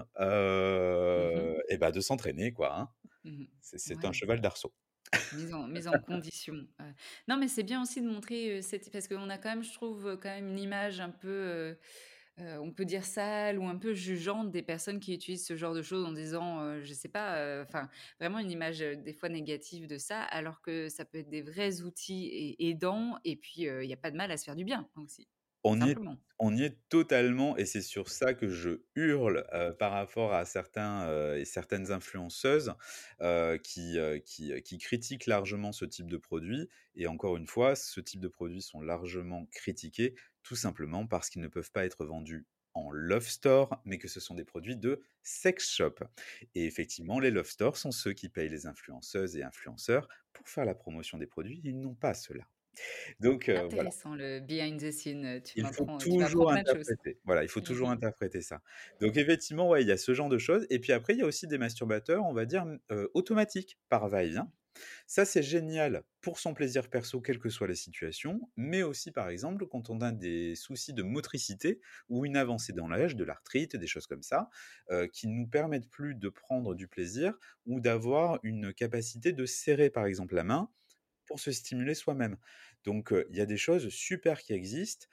Mmh. et bah, de s'entraîner quoi, hein. Mmh. C'est un Ouais, cheval d'arceau. mise en condition, non, mais c'est bien aussi de montrer, cette parce qu'on a quand même, je trouve, quand même une image un peu, on peut dire sale ou un peu jugeante des personnes qui utilisent ce genre de choses en disant, je sais pas, enfin, vraiment une image, des fois négative de ça, alors que ça peut être des vrais outils aidants et puis, il y a pas de mal à se faire du bien aussi, On y est simplement. on y est totalement et c'est sur ça que je hurle, par rapport à certains, et certaines influenceuses, qui critiquent largement ce type de produit et encore une fois, ce type de produits sont largement critiqués, tout simplement parce qu'ils ne peuvent pas être vendus en love store, mais que ce sont des produits de sex shop et effectivement, les love stores sont ceux qui payent les influenceuses et influenceurs pour faire la promotion des produits, ils n'ont pas cela. Donc voilà. Intéressant le behind the scene, Il faut tu m'apprends toujours plein de choses. interpréter. Voilà, il faut toujours Mmh. interpréter ça. Donc effectivement, ouais, il y a ce genre de choses et puis après, il y a aussi des masturbateurs, on va dire, automatiques, par va-et-vient. Ça, c'est génial pour son plaisir perso, quelle que soit la situation, mais aussi, par exemple, quand on a des soucis de motricité ou une avancée dans l'âge, de l'arthrite, des choses comme ça, qui ne nous permettent plus de prendre du plaisir ou d'avoir une capacité de serrer, par exemple, la main pour se stimuler soi-même. Donc, il y a des choses super qui existent,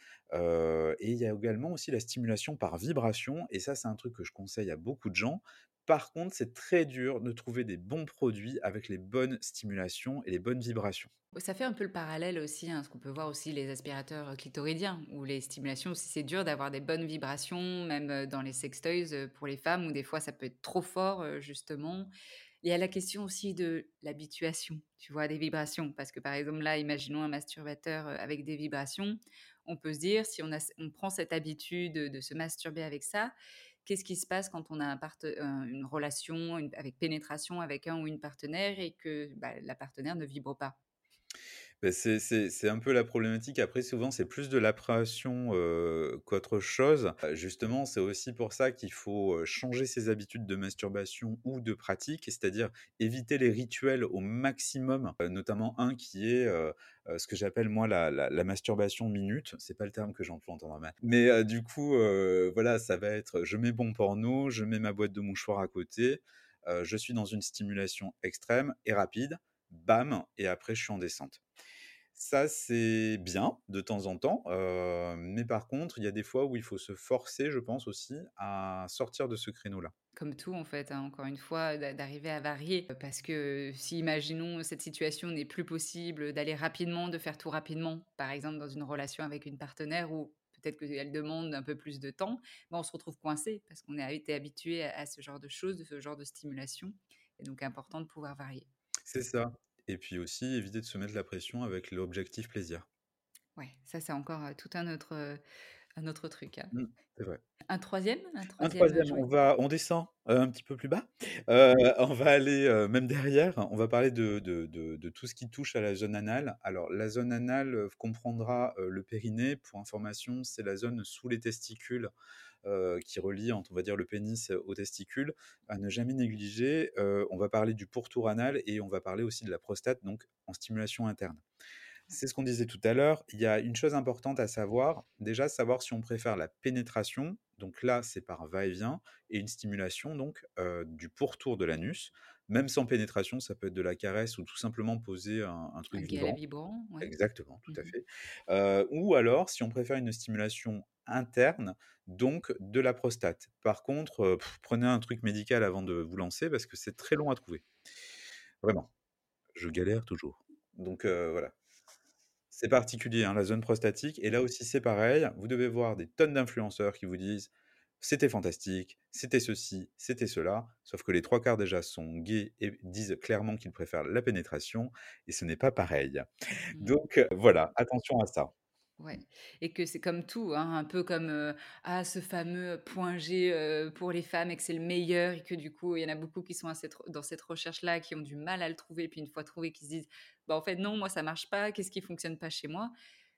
et il y a également aussi la stimulation par vibration et ça, c'est un truc que je conseille à beaucoup de gens. Par contre, c'est très dur de trouver des bons produits avec les bonnes stimulations et les bonnes vibrations. Ça fait un peu le parallèle aussi, hein, ce qu'on peut voir aussi les aspirateurs, clitoridiens ou les stimulations aussi, c'est dur d'avoir des bonnes vibrations, même, dans les sextoys, pour les femmes où des fois ça peut être trop fort, justement. Il y a la question aussi de l'habituation, tu vois? Des vibrations parce que, par exemple, là, imaginons un masturbateur, avec des vibrations. On peut se dire si on prend cette habitude, de se masturber avec ça, qu'est-ce qui se passe quand on a une relation, avec pénétration avec un ou une partenaire et que, bah, la partenaire ne vibre pas? Beh, c'est un peu la problématique. Après, souvent, c'est plus de l'appréhension, qu'autre chose. Justement, c'est aussi pour ça qu'il faut, changer ses habitudes de masturbation ou de pratique, c'est-à-dire éviter les rituels au maximum, notamment un qui est, ce que j'appelle moi la masturbation minute. C'est pas le terme que j'emploie en temps normal. Mais, du coup, voilà, ça va être, je mets mon porno, je mets ma boîte de mouchoirs à côté, je suis dans une stimulation extrême et rapide, bam et après je suis en descente. Ça, c'est bien de temps en temps, mais par contre, il y a des fois où il faut se forcer, je pense aussi, à sortir de ce créneau-là. Comme tout en fait, hein, encore une fois, d'arriver à varier, parce que si imaginons cette situation n'est plus possible, d'aller rapidement, de faire tout rapidement, par exemple dans une relation avec une partenaire où peut-être qu'elle demande un peu plus de temps, on se retrouve coincé parce qu'on a été habitué à ce genre de choses, de ce genre de stimulation et donc important de pouvoir varier. C'est ça et puis aussi éviter de se mettre la pression avec l'objectif plaisir. Ouais, ça c'est encore, tout un autre truc, hein. Mmh, c'est vrai. Un troisième Un 3e troisième, jouet? on descend, un petit peu plus bas. On va aller, même derrière, on va parler de tout ce qui touche à la zone anale. Alors la zone anale, comprendra, le périnée. Pour information, c'est la zone sous les testicules, qui relie entre, on va dire, le pénis aux testicules. À ne jamais négliger, on va parler du pourtour anal et on va parler aussi de la prostate, donc en stimulation interne. C'est ce qu'on disait tout à l'heure. Il y a une chose importante à savoir. Déjà, savoir si on préfère la pénétration, donc là, c'est par va-et-vient, et une stimulation, donc du pourtour de l'anus. Même sans pénétration, ça peut être de la caresse ou tout simplement poser un truc Un galet vibrant. vibrant, ouais. Exactement, tout à Mmh. fait. Ou alors, si on préfère une stimulation interne, donc de la prostate. Par contre, prenez un truc médical avant de vous lancer parce que c'est très long à trouver. Vraiment, je galère toujours. Donc voilà. C'est particulier, hein, la zone prostatique et là aussi c'est pareil, vous devez voir des tonnes d'influenceurs qui vous disent: «C'était fantastique, c'était ceci, c'était cela», sauf que les 3 quarts déjà sont gays et disent clairement qu'ils préfèrent la pénétration et ce n'est pas pareil. Mmh. Donc voilà, attention à ça. Ouais et que c'est comme tout, hein, un peu comme, ce fameux point G, pour les femmes et que c'est le meilleur et que du coup, il y en a beaucoup qui sont dans cette recherche-là, qui ont du mal à le trouver, puis une fois trouvé, qui se disent: «Bah, en fait, non, moi, ça marche pas. Qu'est-ce qui fonctionne pas chez moi?»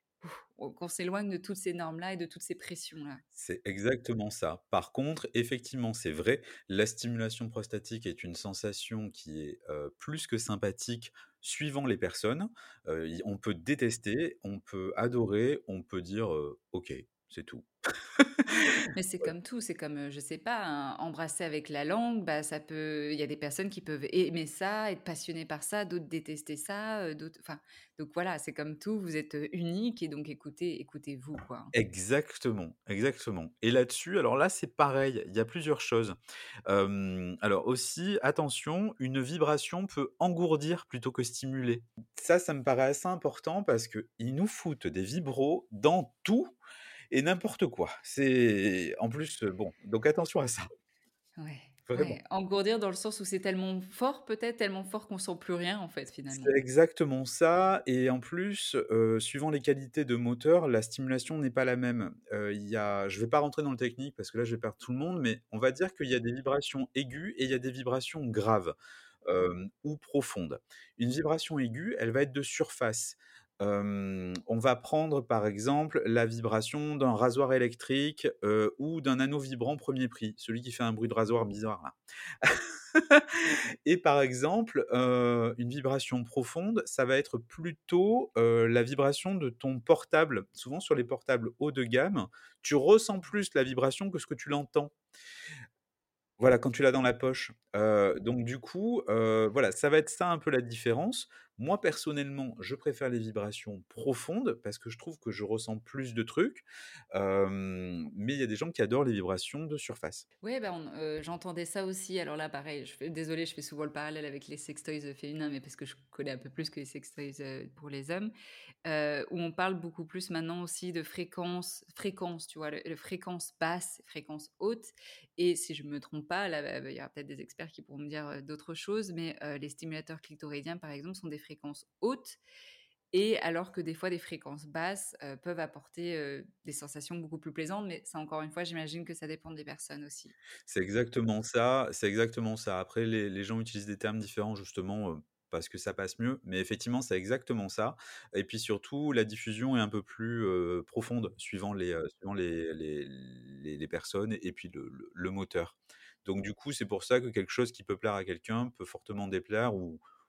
Qu'on s'éloigne de toutes ces normes-là et de toutes ces pressions-là. C'est exactement ça. Par contre, effectivement, c'est vrai, la stimulation prostatique est une sensation qui est, plus que sympathique suivant les personnes. Y On peut détester, on peut adorer, on peut dire, «OK», c'est tout. Mais c'est comme tout, c'est comme, je sais pas, embrasser avec la langue, bah, ça peut il y a des personnes qui peuvent aimer ça, être passionnées par ça, d'autres détester ça, d'autres enfin, donc voilà, c'est comme tout, vous êtes, unique et donc écoutez-vous, quoi. Exactement, exactement et là-dessus, alors là, c'est pareil, il y a plusieurs choses. Alors aussi, attention, une vibration peut engourdir plutôt que stimuler. Ça me paraît assez important parce qu'ils nous foutent des vibros dans tout et n'importe quoi. C'est en plus, bon, donc attention à ça, Ouais, vraiment. ouais, engourdir dans le sens où c'est tellement fort peut-être, tellement fort qu'on sent plus rien en fait, C'est finalement. exactement ça et en plus, suivant les qualités de moteur, la stimulation n'est pas la même. Il y a Je vais pas rentrer dans le technique parce que là, je vais perdre tout le monde, mais on va dire qu'il y a des vibrations aiguës et il y a des vibrations graves, ou profondes. Une vibration aiguë, elle va être de surface. On va prendre, par exemple, la vibration d'un rasoir électrique, ou d'un anneau vibrant premier prix, celui qui fait un bruit de rasoir bizarre là. Et par exemple, une vibration profonde, ça va être plutôt, la vibration de ton portable. Souvent sur les portables haut de gamme, tu ressens plus la vibration que ce que tu l'entends. Voilà, quand tu l'as dans la poche. Donc du coup, voilà, ça va être ça un peu la différence. Moi personnellement, je préfère les vibrations profondes parce que je trouve que je ressens plus de trucs, mais il y a des gens qui adorent les vibrations de surface. Ouais, bah, j'entendais ça aussi. Alors là, pareil, désolée, je fais souvent le parallèle avec les sextoys, féminins, mais parce que je connais un peu plus que les sextoys, pour les hommes, où on parle beaucoup plus maintenant aussi de fréquence, tu vois? Le fréquence basse, fréquence haute et si je me trompe pas, là, il y aura peut-être des experts qui pourront me dire, d'autres choses, mais les stimulateurs clitoridiens, par exemple, sont des fréquences hautes et alors que des fois des fréquences basses, peuvent apporter, des sensations beaucoup plus plaisantes, mais ça encore une fois, j'imagine que ça dépend des personnes aussi. C'est exactement ça, c'est exactement ça. Après les gens utilisent des termes différents justement, parce que ça passe mieux, mais effectivement, c'est exactement ça et puis surtout, la diffusion est un peu plus, profonde suivant les personnes et puis le moteur. Donc du coup, c'est pour ça que quelque chose qui peut plaire à quelqu'un peut fortement déplaire ou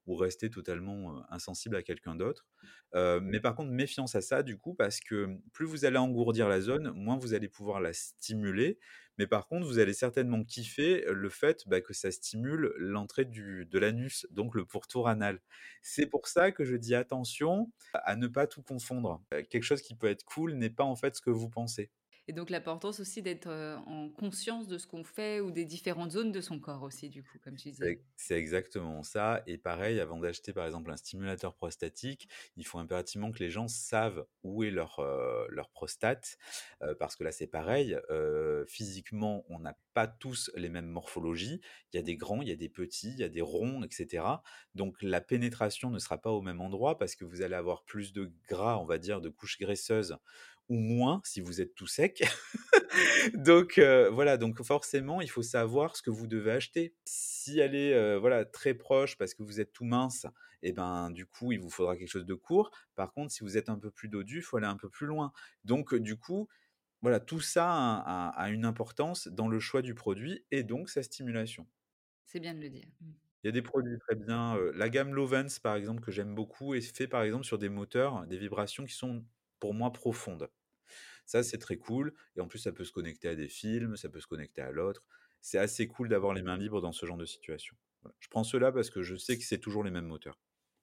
ou rester totalement insensible à quelqu'un d'autre. Mais par contre, méfiance à ça, du coup, parce que plus vous allez engourdir la zone, moins vous allez pouvoir la stimuler. Mais par contre, vous allez certainement kiffer le fait que ça stimule l'entrée de l'anus, donc le pourtour anal. C'est pour ça que je dis attention à ne pas tout confondre. Quelque chose qui peut être cool n'est pas en fait ce que vous pensez. Et donc l'importance aussi d'être, en conscience de ce qu'on fait ou des différentes zones de son corps aussi du coup, comme tu disais? C'est exactement ça et pareil, avant d'acheter, par exemple, un stimulateur prostatique, il faut impérativement que les gens savent où est leur prostate, parce que là, c'est pareil, physiquement, on n'a pas tous les mêmes morphologies. Il y a des grands, il y a des petits, il y a des ronds et cetera. Donc la pénétration ne sera pas au même endroit parce que vous allez avoir plus de gras, on va dire, de couches graisseuses ou moins si vous êtes tout sec. Donc voilà, donc forcément, il faut savoir ce que vous devez acheter. Si elle est, voilà, très proche parce que vous êtes tout mince et ben, du coup, il vous faudra quelque chose de court. Par contre, si vous êtes un peu plus dodu, il faut aller un peu plus loin. Donc du coup, voilà, tout ça a une importance dans le choix du produit et donc sa stimulation. C'est bien de le dire. Mmh. Il y a des produits très bien, la gamme Lovens, par exemple, que j'aime beaucoup est fait, par exemple, sur des moteurs, des vibrations qui sont, pour moi, profondes. Ça, c'est très cool et en plus, ça peut se connecter à des films, ça peut se connecter à l'autre. C'est assez cool d'avoir les mains libres dans ce genre de situation. Voilà. Je prends ceux-là parce que je sais que c'est toujours les mêmes moteurs.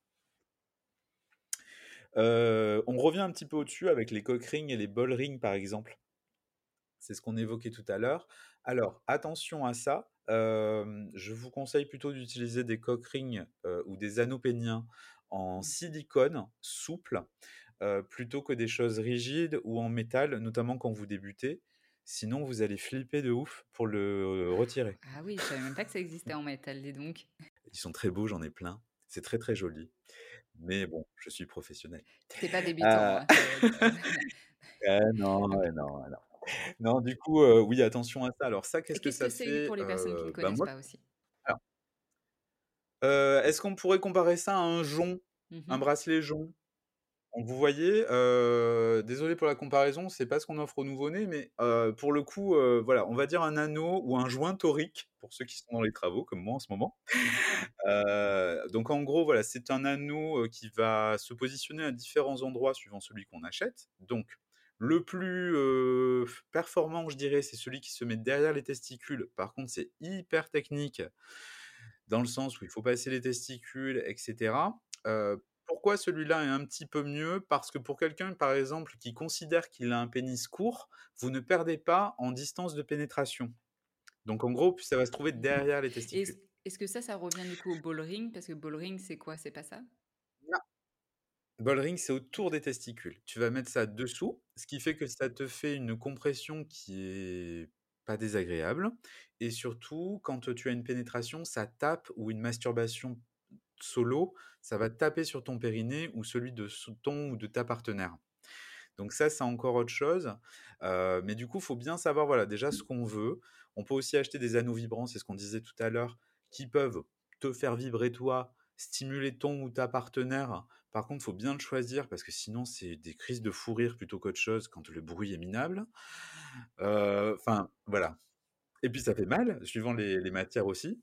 On revient un petit peu au-dessus avec les cock rings et les ball rings, par exemple. C'est ce qu'on évoquait tout à l'heure. Alors, attention à ça. Je vous conseille plutôt d'utiliser des cock rings ou des anneaux péniens en silicone souple plutôt que des choses rigides ou en métal, notamment quand vous débutez. Sinon, vous allez flipper de ouf pour le retirer. Ah oui, je savais même pas que ça existait en métal, dis donc. Ils sont très beaux, j'en ai plein. C'est très très joli. Mais bon, je suis professionnel. Tu pas débutant, Euh, hein, ça va être, non, OK. non, non. Non, du coup, oui, attention à ça. Alors ça, Et qu'est-ce que qu'est-ce que ça c'est fait? pour les personnes qui ne connaissent Moi, pas aussi? alors, est-ce qu'on pourrait comparer ça à un jonc, un Mmh. bracelet jonc? Donc vous voyez, désolé pour la comparaison, c'est pas ce qu'on offre aux nouveau-nés, mais pour le coup, voilà, on va dire un anneau ou un joint torique, pour ceux qui sont dans les travaux comme moi en ce moment. Donc en gros, voilà, c'est un anneau, qui va se positionner à différents endroits suivant celui qu'on achète. Donc le plus, performant, je dirais, c'est celui qui se met derrière les testicules. Par contre, c'est hyper technique dans le sens où il faut passer les testicules et cetera. Pourquoi celui-là est un petit peu mieux? Parce que pour quelqu'un, par exemple, qui considère qu'il a un pénis court, vous ne perdez pas en distance de pénétration. Donc en gros, ça va se trouver Mmh. derrière les Et est-ce testicules. est-ce que ça revient du coup au ball ring? Parce que ball ring, c'est quoi? C'est pas ça? Ball ring, c'est autour des testicules. Tu vas mettre ça dessous, ce qui fait que ça te fait une compression qui est pas désagréable et surtout quand, tu as une pénétration, ça tape ou une masturbation solo, ça va taper sur ton périnée ou celui de ton ou de ta partenaire. Donc ça, c'est encore autre chose, mais du coup, il faut bien savoir, voilà, déjà ce qu'on veut. On peut aussi acheter des anneaux vibrants, c'est ce qu'on disait tout à l'heure, qui peuvent te faire vibrer toi, stimuler ton ou ta partenaire. Par contre, il faut bien le choisir parce que sinon, c'est des crises de fou rire plutôt qu'autre chose quand le bruit est minable. Enfin, voilà et puis ça fait mal, suivant les matières aussi.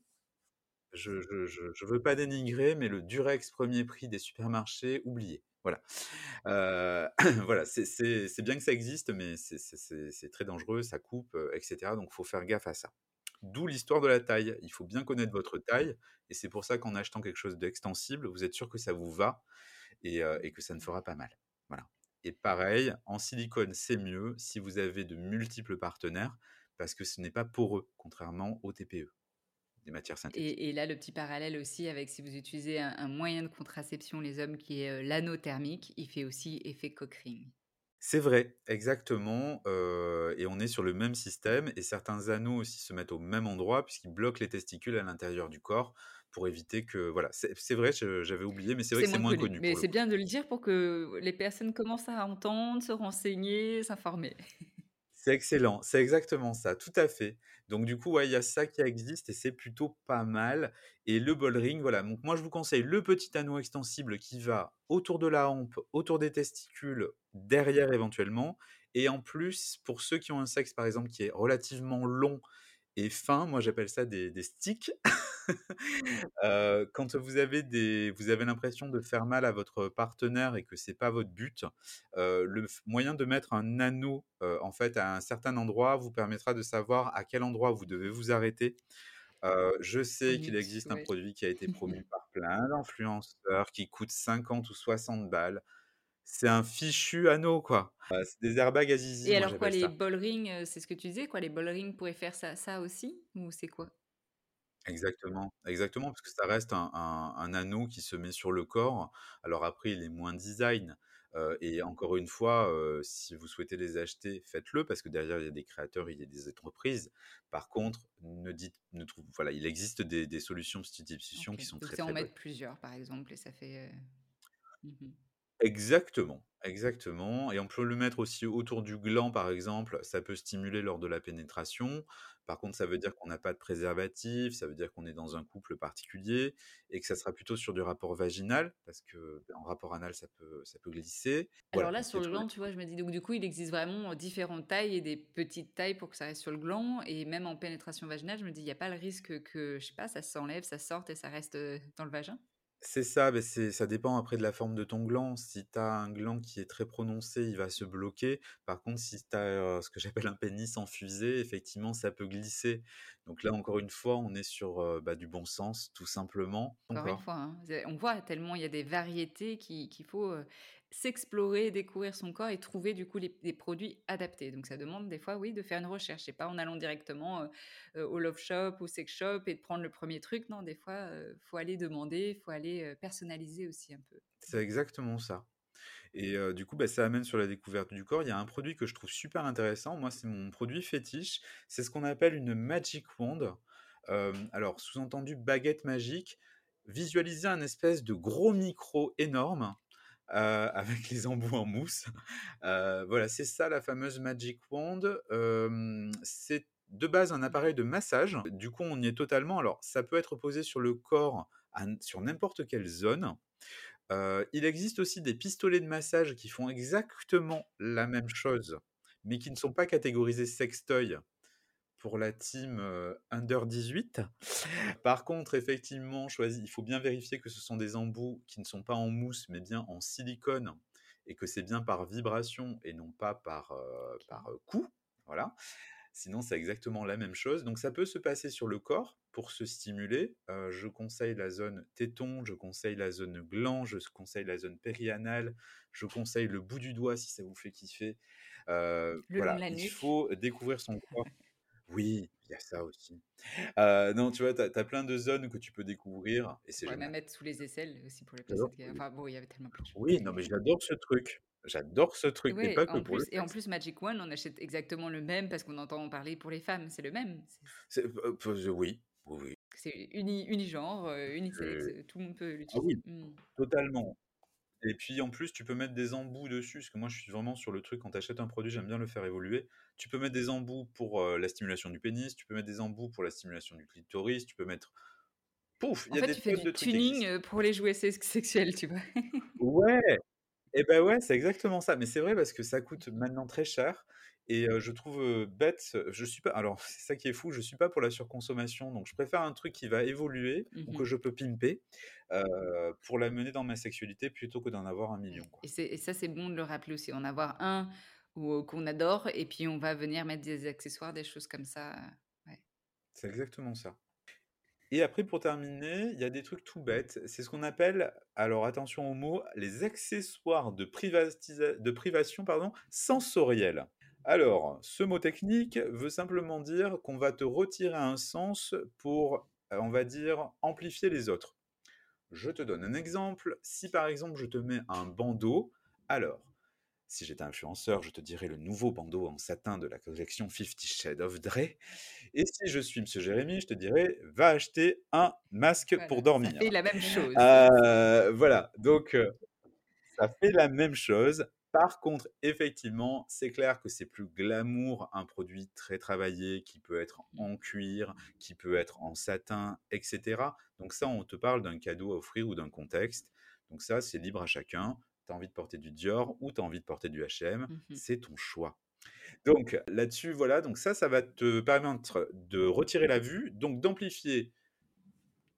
Je veux pas dénigrer, mais le Durex premier prix des supermarchés, oubliez. Voilà. Heu, voilà, c'est bien que ça existe, mais c'est très dangereux, ça coupe, et cetera, donc faut faire gaffe à ça. D'où l'histoire de la taille. Il faut bien connaître votre taille et c'est pour ça qu'en achetant quelque chose d'extensible, vous êtes sûr que ça vous va et que ça ne fera pas mal. Voilà et pareil, en silicone, c'est mieux si vous avez de multiples partenaires parce que ce n'est pas poreux, contrairement aux TPE, des matières synthétiques. Et là, le petit parallèle aussi avec si vous utilisez un moyen de contraception, les hommes, qui est, l'anneau thermique, il fait aussi effet cock ring. C'est vrai, exactement, et on est sur le même système et certains anneaux aussi se mettent au même endroit puisqu'ils bloquent les testicules à l'intérieur du corps pour éviter que voilà, c'est vrai, j'avais oublié, mais c'est vrai C'est que c'est moins moins connu, connu mais pour le c'est coup. bien de le dire pour que les personnes commencent à entendre, se renseigner, s'informer. C'est excellent, c'est exactement ça, tout à fait. Donc du coup, ouais, il y a ça qui existe et c'est plutôt pas mal et le ball ring, voilà, donc moi je vous conseille le petit anneau extensible qui va autour de la hampe, autour des testicules, derrière éventuellement et en plus, pour ceux qui ont un sexe, par exemple, qui est relativement long et fin, moi j'appelle ça des sticks. Quand vous avez l'impression de faire mal à votre partenaire et que c'est pas votre but, le moyen de mettre un anneau, en fait, à un certain endroit vous permettra de savoir à quel endroit vous devez vous arrêter. Je Au sais qu'il but, existe un ouais. produit qui a été promu par plein d'influenceurs qui coûte 50 ou 60 balles. C'est un fichu anneau, quoi. C'est des airbags à zizi, Et moi alors quoi, j'appelle les ça. ball rings, c'est ce que tu disais quoi, les ball rings pourraient faire ça aussi? Ou c'est quoi? Exactement, exactement, parce que ça reste un anneau qui se met sur le corps. Alors après, il est moins design, et encore une fois, si vous souhaitez les acheter, faites-le parce que derrière, il y a des créateurs, il y a des entreprises. Par contre, ne trouv voilà, il existe des solutions de substitution OK. qui sont Donc très, c'est en très bonnes. mettre plusieurs par exemple et ça fait, mmh. Exactement, exactement, et on peut le mettre aussi autour du gland, par exemple, ça peut stimuler lors de la pénétration. Par contre, ça veut dire qu'on n'a pas de préservatif, ça veut dire qu'on est dans un couple particulier et que ça sera plutôt sur du rapport vaginal parce que, en rapport anal, ça peut glisser. Alors Voilà, là, donc il sur y a le tous les gland, tu vois, je me dis donc du coup, il existe vraiment, différentes tailles et des petites tailles pour que ça reste sur le gland et même en pénétration vaginale, je me dis: «Il y a pas le risque que, je sais pas, ça s'enlève, ça sorte et ça reste, dans le vagin?» C'est ça, beh, ça dépend après de la forme de ton gland. Si tu as un gland qui est très prononcé, il va se bloquer. Par contre, si tu as, ce que j'appelle un pénis en fusée, effectivement, ça peut glisser. Donc là, encore une fois, on est sur, du bon sens, tout simplement. Ton Encore une corps. fois, hein, c'est on voit tellement il y a des variétés qu'il faut, s'explorer, découvrir son corps et trouver du coup les produits adaptés. Donc ça demande des fois, oui, de faire une recherche. C'est pas en allant directement, au love shop, au sex shop et de prendre le premier truc. Non, des fois, faut aller demander, faut aller, personnaliser aussi un peu. C'est exactement ça. Et du coup, ça amène sur la découverte du corps. Il y a un produit que je trouve super intéressant. Moi, c'est mon produit fétiche. C'est ce qu'on appelle une magic wand. Alors, sous-entendu baguette magique. Visualisez un espèce de gros micro énorme, avec les embouts en mousse. Voilà, c'est ça la fameuse magic wand. C'est de base un appareil de massage. Du coup, on y est totalement. Alors, ça peut être posé sur le corps, sur n'importe quelle zone. Il existe aussi des pistolets de massage qui font exactement la même chose, mais qui ne sont pas catégorisés sextoy pour la team, under 18. Par contre, effectivement, il faut bien vérifier que ce sont des embouts qui ne sont pas en mousse, mais bien en silicone et que c'est bien par vibration et non pas par OK. coup. Voilà. Sinon, c'est exactement la même chose. Donc, ça peut se passer sur le corps pour se stimuler. Je conseille la zone téton, je conseille la zone gland, je conseille la zone périanale, je conseille le bout du doigt si ça vous fait kiffer. Le long de Voilà, la il nuque, faut découvrir son corps. Oui, il y a ça aussi. Non, tu vois, tu as plein de zones que tu peux découvrir et on c'est pourrait même génial. mettre sous les aisselles aussi pour les placer J'adore de ce ga produit. enfin bon, il y avait tellement plus de choses. Oui, non, mais j'adore ce truc. J'adore ce truc, mais Ouais, pas que pour le en sexe. plus Magic One, on achète exactement le même parce qu'on entend en parler pour les femmes, c'est le même. Oui, oui, oui. C'est unigenre, unisexe, tout le monde peut Ah l'utiliser. oui, Mmh. totalement. Et puis en plus, tu peux mettre des embouts dessus, parce que moi je suis vraiment sur le truc, quand tu achètes un produit, j'aime bien le faire évoluer. Tu peux mettre des embouts pour la stimulation du pénis, tu peux mettre des embouts pour la stimulation du clitoris, tu peux mettre... Pouf, il En y a fait, des tu fais tonnes de du trucs qui tuning, existent. pour les jouets sexuels, tu vois? Ouais, et ben ouais, c'est exactement ça. Mais c'est vrai parce que ça coûte maintenant très cher et je trouve, bête, je suis pas alors c'est ça qui est fou, je suis pas pour la surconsommation, donc je préfère un truc qui va évoluer ou que Mmh. je peux pimper, pour l'amener dans ma sexualité plutôt que d'en avoir un million, Ouais quoi. et ça, c'est bon de le rappeler aussi, en avoir un ou qu'on adore et puis on va venir mettre des accessoires, des choses comme ça, ouais. C'est exactement ça. Et après, pour terminer, il y a des trucs tout bêtes. C'est ce qu'on appelle, alors attention aux mots, les accessoires de privation, pardon, sensorielle. Alors, ce mot technique veut simplement dire qu'on va te retirer un sens pour, on va dire, amplifier les autres. Je te donne un exemple. Si par exemple je te mets un bandeau, alors si j'étais influenceur, je te dirais le nouveau bandeau en satin de la collection 50 Shades of Grey. Et si je suis Monsieur Jérémy, je te dirais, va acheter un masque pour Voilà, ça dormir. fait la même chose, c'est Voilà, donc ça fait la même chose. Par contre, effectivement, c'est clair que c'est plus glamour un produit très travaillé qui peut être mmh. en cuir, qui peut être en satin, etc. Donc ça, on te parle d'un cadeau à offrir ou d'un contexte. Donc ça, c'est libre à chacun. Tu as envie de porter du Dior ou tu as envie de porter du H&M, Mmh. c'est ton choix. Donc là-dessus, voilà, donc ça va te permettre de retirer la vue, donc d'amplifier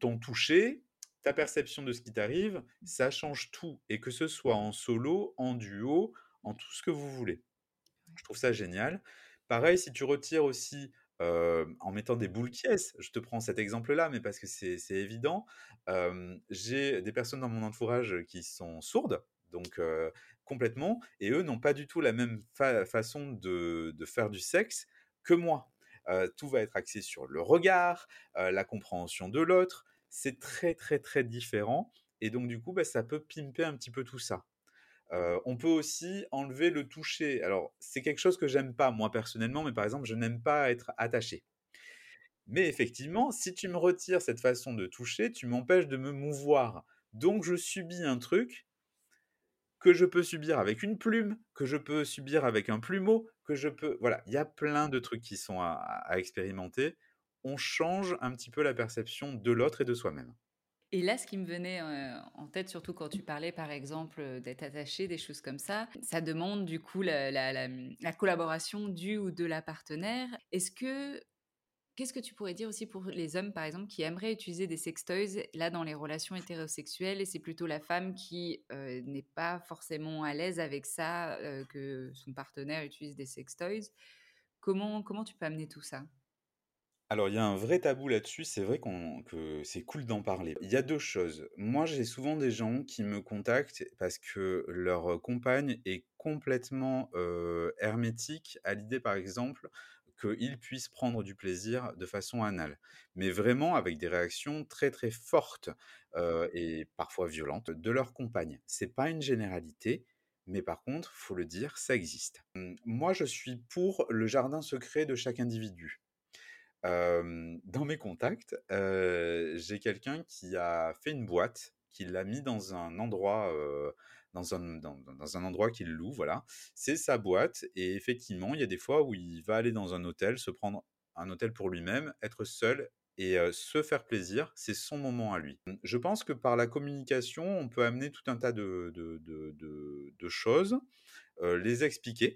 ton toucher, ta perception de ce qui t'arrive, ça change tout et que ce soit en solo, en duo, en tout ce que vous voulez. Je trouve ça génial. Pareil, si tu retires aussi, en mettant des boules qui je te prends cet exemple-là, mais parce que c'est évident. J'ai des personnes dans mon entourage qui sont sourdes, donc complètement et eux n'ont pas du tout la même façon de faire du sexe que moi. Tout va être axé sur le regard, la compréhension de l'autre. C'est très, très, très différent et donc du coup, bah, ça peut pimper un petit peu tout ça. On peut aussi enlever le toucher. Alors, c'est quelque chose que j'aime pas moi personnellement, mais par exemple, je n'aime pas être attaché. Mais effectivement, si tu me retires cette façon de toucher, tu m'empêches de me mouvoir. Donc je subis un truc que je peux subir avec une plume, que je peux subir avec un plumeau, que je peux voilà, il y a plein de trucs qui sont à expérimenter. On change un petit peu la perception de l'autre et de soi-même. Et là, ce qui me venait, en tête, surtout quand tu parlais, par exemple, d'être attaché, des choses comme ça demande du coup la collaboration du ou de la partenaire. Qu'est-ce que tu pourrais dire aussi pour les hommes, par exemple, qui aimeraient utiliser des sextoys, là, dans les relations hétérosexuelles et c'est plutôt la femme qui, n'est pas forcément à l'aise avec ça, que son partenaire utilise des sextoys. Comment tu peux amener tout ça? Alors, il y a un vrai tabou là-dessus, c'est vrai que c'est cool d'en parler. Il y a 2 choses. Moi, j'ai souvent des gens qui me contactent parce que leur compagne est complètement, hermétique à l'idée, par exemple, qu'ils puissent prendre du plaisir de façon anale. Mais vraiment avec des réactions très, très fortes, et parfois violentes de leur compagne. C'est pas une généralité, mais par contre, faut le dire, ça existe. Moi, je suis pour le jardin secret de chaque individu. Dans mes contacts, j'ai quelqu'un qui a fait une boîte, qui l'a mis dans un endroit, dans un endroit qu'il loue, voilà. C'est sa boîte et effectivement, il y a des fois où il va aller dans un hôtel, se prendre un hôtel pour lui-même, être seul et se faire plaisir. C'est son moment à lui. Je pense que par la communication, on peut amener tout un tas de choses, les expliquer.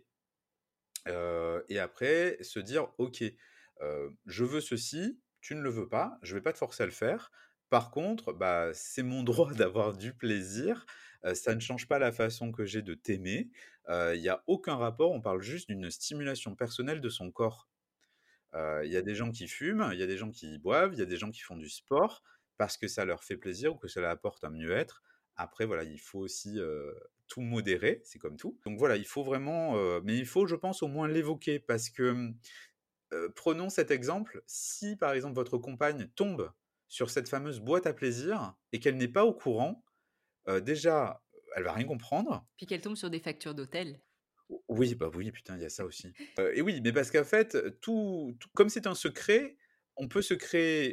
Et après se dire: «OK, je veux ceci, tu ne le veux pas, je vais pas te forcer à le faire. Par contre, bah, c'est mon droit d'avoir du plaisir, ça ne change pas la façon que j'ai de t'aimer». Il y a aucun rapport, on parle juste d'une stimulation personnelle de son corps. Il y a des gens qui fument, il y a des gens qui boivent, il y a des gens qui font du sport parce que ça leur fait plaisir ou que ça leur apporte un mieux-être. Après voilà, il faut aussi, tout modérer, c'est comme tout. Donc voilà, il faut vraiment, mais il faut, je pense, au moins l'évoquer parce que, prenons cet exemple, si par exemple votre compagne tombe sur cette fameuse boîte à plaisir et qu'elle n'est pas au courant, déjà, elle va rien comprendre. Puis qu'elle tombe sur des factures d'hôtel. Oui, bah, oui, putain, il y a ça aussi. Et oui, mais parce qu'en fait, tout comme c'est un secret, on peut se créer,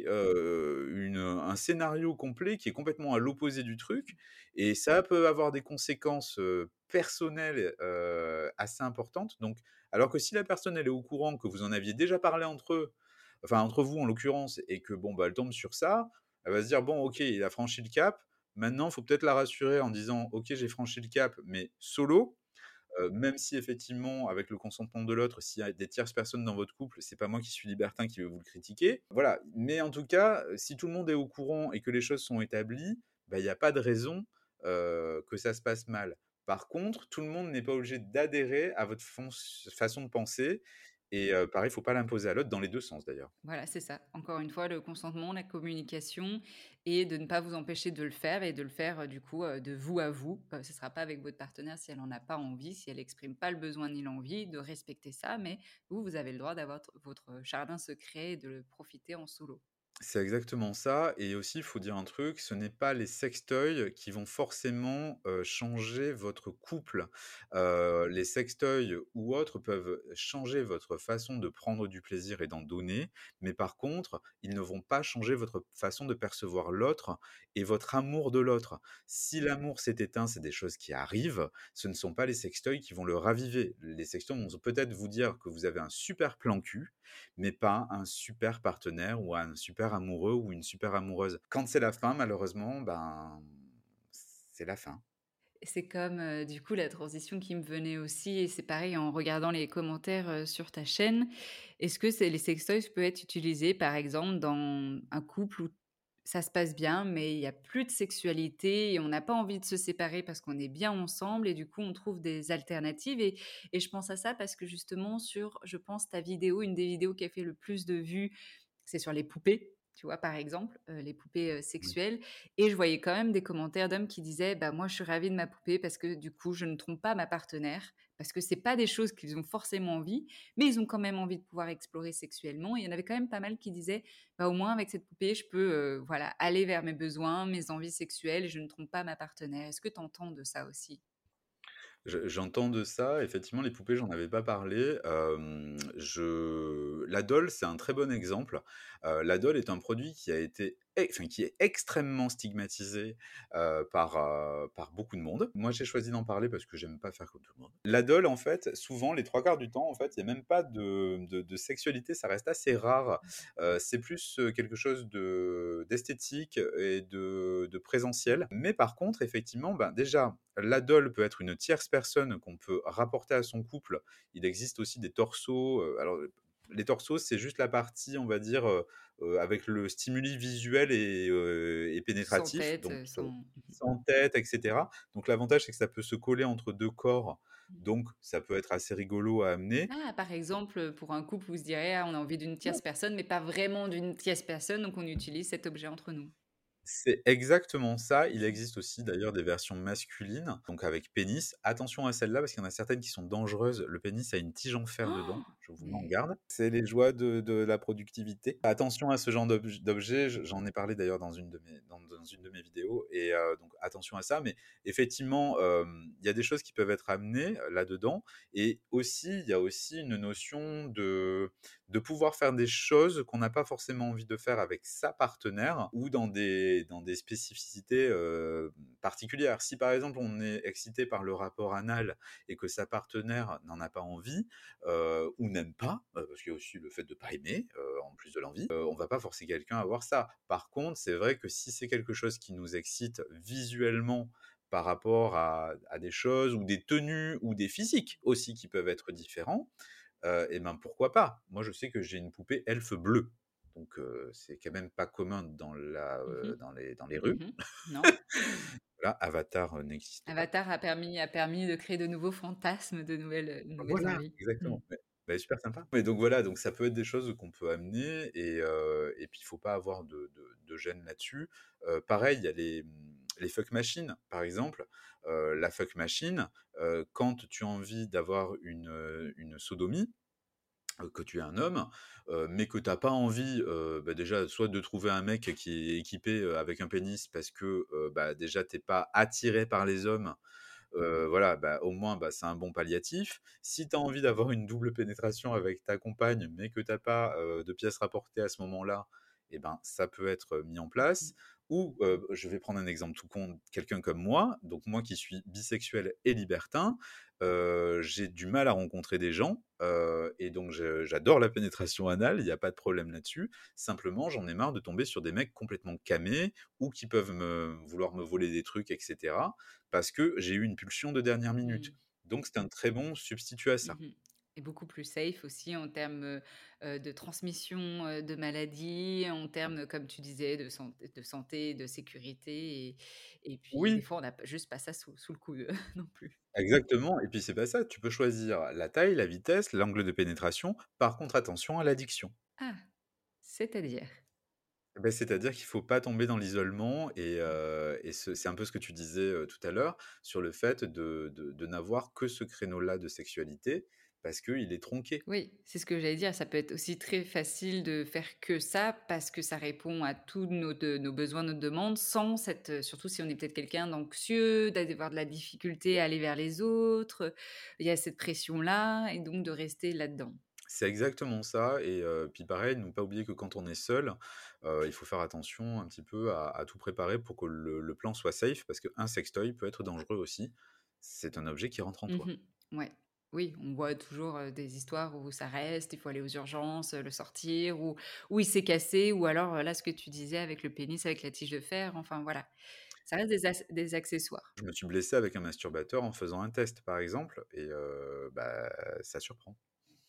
un scénario complet qui est complètement à l'opposé du truc et ça peut avoir des conséquences, personnelles, assez importantes. Donc alors que si la personne, elle est au courant que vous en aviez déjà parlé entre eux, enfin entre vous en l'occurrence et que bon, bah, elle tombe sur ça, elle va se dire: «Bon OK, il a franchi le cap, maintenant, il faut peut-être la rassurer en disant: "OK, j'ai franchi le cap, mais solo"». Même si effectivement, avec le consentement de l'autre, s'il y a des tierces personnes dans votre couple, c'est pas moi qui suis libertin qui vais vous le critiquer. Voilà, mais en tout cas, si tout le monde est au courant et que les choses sont établies, bah, il y a pas de raison, que ça se passe mal. Par contre, tout le monde n'est pas obligé d'adhérer à votre façon de penser et pareil, il faut pas l'imposer à l'autre dans les 2 sens d'ailleurs. Voilà, c'est ça. Encore une fois, le consentement, la communication et de ne pas vous empêcher de le faire et de le faire, du coup, de vous à vous. Ce ne sera pas avec votre partenaire si elle en a pas envie, si elle exprime pas le besoin ni l'envie, de respecter ça, mais vous, vous avez le droit d'avoir votre jardin secret et de le profiter en solo. C'est exactement ça et aussi, il faut dire un truc, ce n'est pas les sextoys qui vont forcément, changer votre couple. Les sextoys ou autres peuvent changer votre façon de prendre du plaisir et d'en donner, mais par contre, ils ne vont pas changer votre façon de percevoir l'autre et votre amour de l'autre. Si l'amour s'est éteint, c'est des choses qui arrivent, ce ne sont pas les sextoys qui vont le raviver. Les sextoys vont peut-être vous dire que vous avez un super plan cul, mais pas un super partenaire ou un super amoureux ou une super amoureuse. Quand c'est la fin, malheureusement, ben, c'est la fin. C'est comme, du coup, la transition qui me venait aussi et c'est pareil en regardant les commentaires, sur ta chaîne. Est-ce que c'est les sextoys peuvent être utilisés, par exemple, dans un couple où ça se passe bien, mais il y a plus de sexualité et on n'a pas envie de se séparer parce qu'on est bien ensemble et du coup, on trouve des alternatives et je pense à ça parce que justement sur, je pense, ta vidéo, une des vidéos qui a fait le plus de vues, c'est sur les poupées, tu vois? Par exemple, les poupées, Oui. sexuelles et je voyais quand même des commentaires d'hommes qui disaient: «Bah, moi, je suis ravi de ma poupée parce que du coup, je ne trompe pas ma partenaire». Parce que c'est pas des choses qu'ils ont forcément envie, mais ils ont quand même envie de pouvoir explorer sexuellement et il y en avait quand même pas mal qui disaient: «Bah, au moins avec cette poupée, je peux, voilà, aller vers mes besoins, mes envies sexuelles et je ne trompe pas ma partenaire». Est-ce que tu entends de ça aussi? J'entends de ça, effectivement, les poupées, j'en avais pas parlé. Je La Doll, c'est un très bon exemple. La Doll est un produit qui a été enfin, qui est extrêmement stigmatisé, par beaucoup de monde. Moi, j'ai choisi d'en parler parce que j'aime pas faire comme tout le monde. La Doll, en fait, souvent, les 3 quarts du temps, en fait, il y a même pas de sexualité, ça reste assez rare. C'est plus, quelque chose d'esthétique et de présentiel. Mais par contre, effectivement, ben, déjà, l'adol peut être une tierce personne qu'on peut rapporter à son couple. Il existe aussi des torsos, alors, les torsos, c'est juste la partie, on va dire, avec le stimuli visuel et Sans pénétratif, tête, donc sans sans tête et cetera. Donc l'avantage, c'est que ça peut se coller entre 2 corps, donc ça peut être assez rigolo à amener. ah, par exemple, pour un couple, vous se direz: «Ah, on a envie d'une tierce personne, mais pas vraiment d'une tierce personne, donc on utilise cet objet entre nous». C'est exactement ça. Il existe aussi d'ailleurs des versions masculines, donc avec pénis. Attention à celle-là parce qu'il y en a certaines qui sont dangereuses. Le pénis a une tige en fer dedans, je vous mets en Mais garde. C'est les joies de la productivité. Attention à ce genre d'objet, j'en ai parlé d'ailleurs dans une de mes vidéos et donc attention à ça. Mais effectivement, il y a des choses qui peuvent être amenées, là-dedans et aussi, il y a aussi une notion de pouvoir faire des choses qu'on n'a pas forcément envie de faire avec sa partenaire ou dans des spécificités particulières. Si par exemple on est excité par le rapport anal et que sa partenaire n'en a pas envie ou n'aime pas, parce qu'il y a aussi le fait de pas aimer en plus de l'envie, on va pas forcer quelqu'un à avoir ça. Par contre, c'est vrai que si c'est quelque chose qui nous excite visuellement par rapport à des choses ou des tenues ou des physiques aussi qui peuvent être différents, et ben, pourquoi pas? Moi, je sais que j'ai une poupée elfe bleue, donc c'est quand même pas commun mmh dans les rues. mh. Non. Voilà, Avatar, n'existe pas. Avatar a permis de créer de nouveaux fantasmes, de nouvelles Voilà, envies. Mmh. exactement, ouais. Bah, super sympa. Mais donc voilà, donc ça peut être des choses qu'on peut amener et puis il faut pas avoir de gêne là-dessus. Pareil, il y a les fuck machines, par exemple. La fuck machine, quand tu as envie d'avoir une sodomie, que tu es un homme, mais que t'as pas envie, bah, déjà soit de trouver un mec qui est équipé, avec un pénis parce que, bah, déjà t'es pas attiré par les hommes, voilà, bah, au moins, bah, c'est un bon palliatif. Si tu as envie d'avoir une double pénétration avec ta compagne, mais que t'as pas, de pièces rapportées à ce moment-là, et ben, ça peut être mis en place. Ou, je vais prendre un exemple tout con, quelqu'un comme moi, donc moi qui suis bisexuel et libertin, j'ai du mal à rencontrer des gens, et donc j'adore la pénétration anale, il y a pas de problème là-dessus. Simplement, j'en ai marre de tomber sur des mecs complètement camés ou qui peuvent vouloir me voler des trucs et cetera parce que j'ai eu une pulsion de dernière minute. Mmh. Donc c'est un très bon substitut à ça. Mmh et beaucoup plus safe aussi en termes, de transmission, de maladies, en termes, comme tu disais, de santé, de sécurité et puis des Oui, fois on n'a juste pas ça sous le coude non plus. exactement et puis c'est pas ça, tu peux choisir la taille, la vitesse, l'angle de pénétration. Par contre attention à l'addiction. Ah! C'est-à-dire? C'est-à-dire qu'il faut pas tomber dans l'isolement et c'est un peu ce que tu disais, tout à l'heure sur le fait de n'avoir que ce créneau-là de sexualité parce qu'il est tronqué. Oui, c'est ce que j'allais dire. Ça peut être aussi très facile de faire que ça parce que ça répond à tous nos besoins, nos demandes, sans cette, surtout si on est peut-être quelqu'un d'anxieux, d'avoir de la difficulté à aller vers les autres. Il y a cette pression-là et donc de rester là-dedans. C'est exactement ça et puis pareil, ne pas oublier que quand on est seul, il faut faire attention un petit peu à tout préparer pour que le plan soit safe parce qu'un sextoy peut être dangereux aussi. C'est un objet qui rentre en toi. Mmh. Ouais. Oui, on voit toujours, des histoires où ça reste, il faut aller aux urgences, le sortir ou il s'est cassé ou alors, là, ce que tu disais avec le pénis, avec la tige de fer, enfin voilà. Ça reste des accessoires. Je me suis blessé avec un masturbateur en faisant un test par exemple et bah, ça surprend.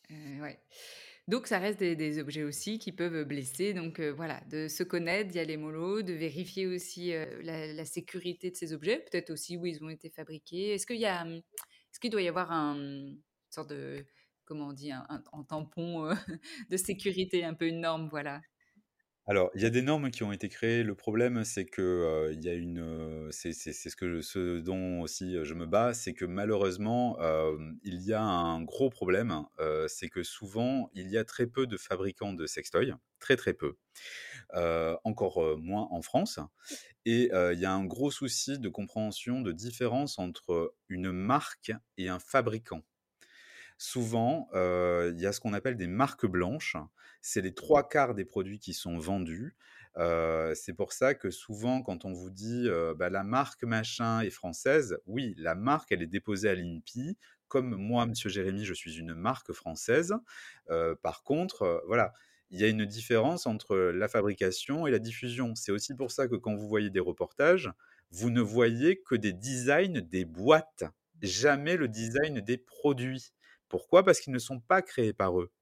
Ouais. Donc ça reste des objets aussi qui peuvent blesser, donc voilà, de se connaître, d'y aller mollo, de vérifier aussi, la sécurité de ces objets, peut-être aussi où ils ont été fabriqués. Est-ce qu'il doit y avoir sorte de comment on dit? Un tampon, de sécurité, un peu une norme, voilà? Alors, il y a des normes qui ont été créées. Le problème, c'est que, il y a c'est ce dont aussi, je me bats, c'est que malheureusement, il y a un gros problème, c'est que souvent, il y a très peu de fabricants de sextoys, très, très peu, encore, moins en France et il y a un gros souci de compréhension, de différence entre une marque et un fabricant. Souvent, il y a ce qu'on appelle des marques blanches. C'est les 3/4 des produits qui sont vendus. C'est pour ça que souvent quand on vous dit, bah, la marque machin est française, oui, la marque elle est déposée à l'INPI. Comme moi, monsieur Jérémy, je suis une marque française. Par contre, voilà, il y a une différence entre la fabrication et la diffusion. C'est aussi pour ça que quand vous voyez des reportages, vous ne voyez que des designs des boîtes, jamais le design des produits. Pourquoi? Parce qu'ils ne sont pas créés par eux.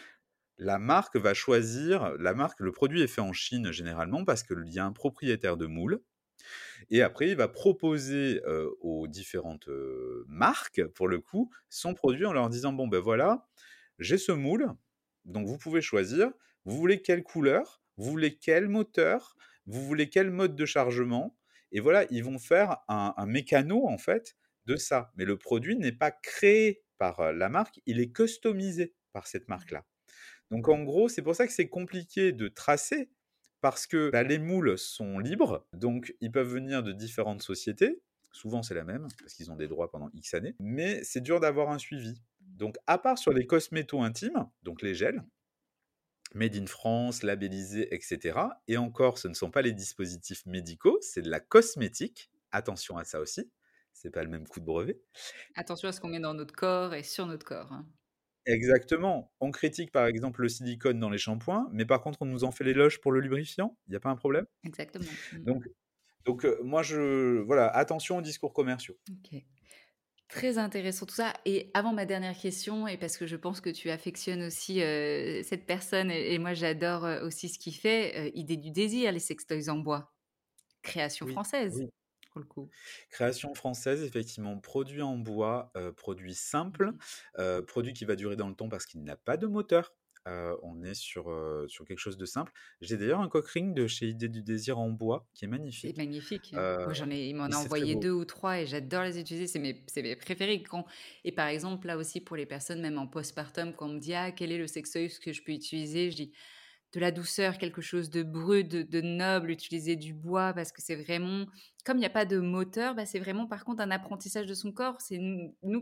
Le produit est fait en Chine généralement parce qu'il y a un propriétaire de moule et après il va proposer, aux différentes, marques, pour le coup, son produit en leur disant: «Bon, ben voilà, j'ai ce moule, donc vous pouvez choisir. Vous voulez quelle couleur? Vous voulez quel moteur? Vous voulez quel mode de chargement?» Et voilà, ils vont faire un mécano, en fait, de ça. Mais le produit n'est pas créé par, la marque, il est customisé par cette marque-là. Donc en gros, c'est pour ça que c'est compliqué de tracer parce que, bah, les moules sont libres, donc ils peuvent venir de différentes sociétés. Souvent, c'est la même parce qu'ils ont des droits pendant X années, mais c'est dur d'avoir un suivi. Donc à part sur les cosmétos intimes, donc les gels, made in France, labellisés et cetera et encore, ce ne sont pas les dispositifs médicaux, c'est de la cosmétique. Attention à ça aussi, c'est pas le même coût de brevet. Attention à ce qu'on met dans notre corps et sur notre corps, hein. Exactement. On critique par exemple le silicone dans les shampoings, mais par contre on nous en fait l'éloge pour le lubrifiant, il y a pas un problème? Exactement. Mmh. Donc moi je voilà, attention aux discours commerciaux. OK. Très intéressant tout ça et avant ma dernière question et parce que je pense que tu affectionnes aussi, cette personne et moi j'adore, aussi ce qu'il fait, Idée du désir, les sextoys en bois. Création Oui, française, oui. pour le coup. Création française, effectivement, produit en bois, produit simple, Mmh. produit qui va durer dans le temps parce qu'il n'a pas de moteur. On est sur quelque chose de simple. J'ai d'ailleurs un coq-ring de chez Idée du désir en bois qui est C'est magnifique. magnifique. Heu Moi il m'en et a c'est très envoyé beau. 2 ou 3 et j'adore les utiliser, c'est mes préférés quand et par exemple, là aussi pour les personnes même en postpartum, quand on me dit: «Ah, quel est le sextoy que je peux utiliser?» Je dis: «De la douceur, quelque chose de brut, de noble, utiliser du bois» parce que c'est vraiment comme il y a pas de moteur, bah, c'est vraiment par contre un apprentissage de son corps. C'est nous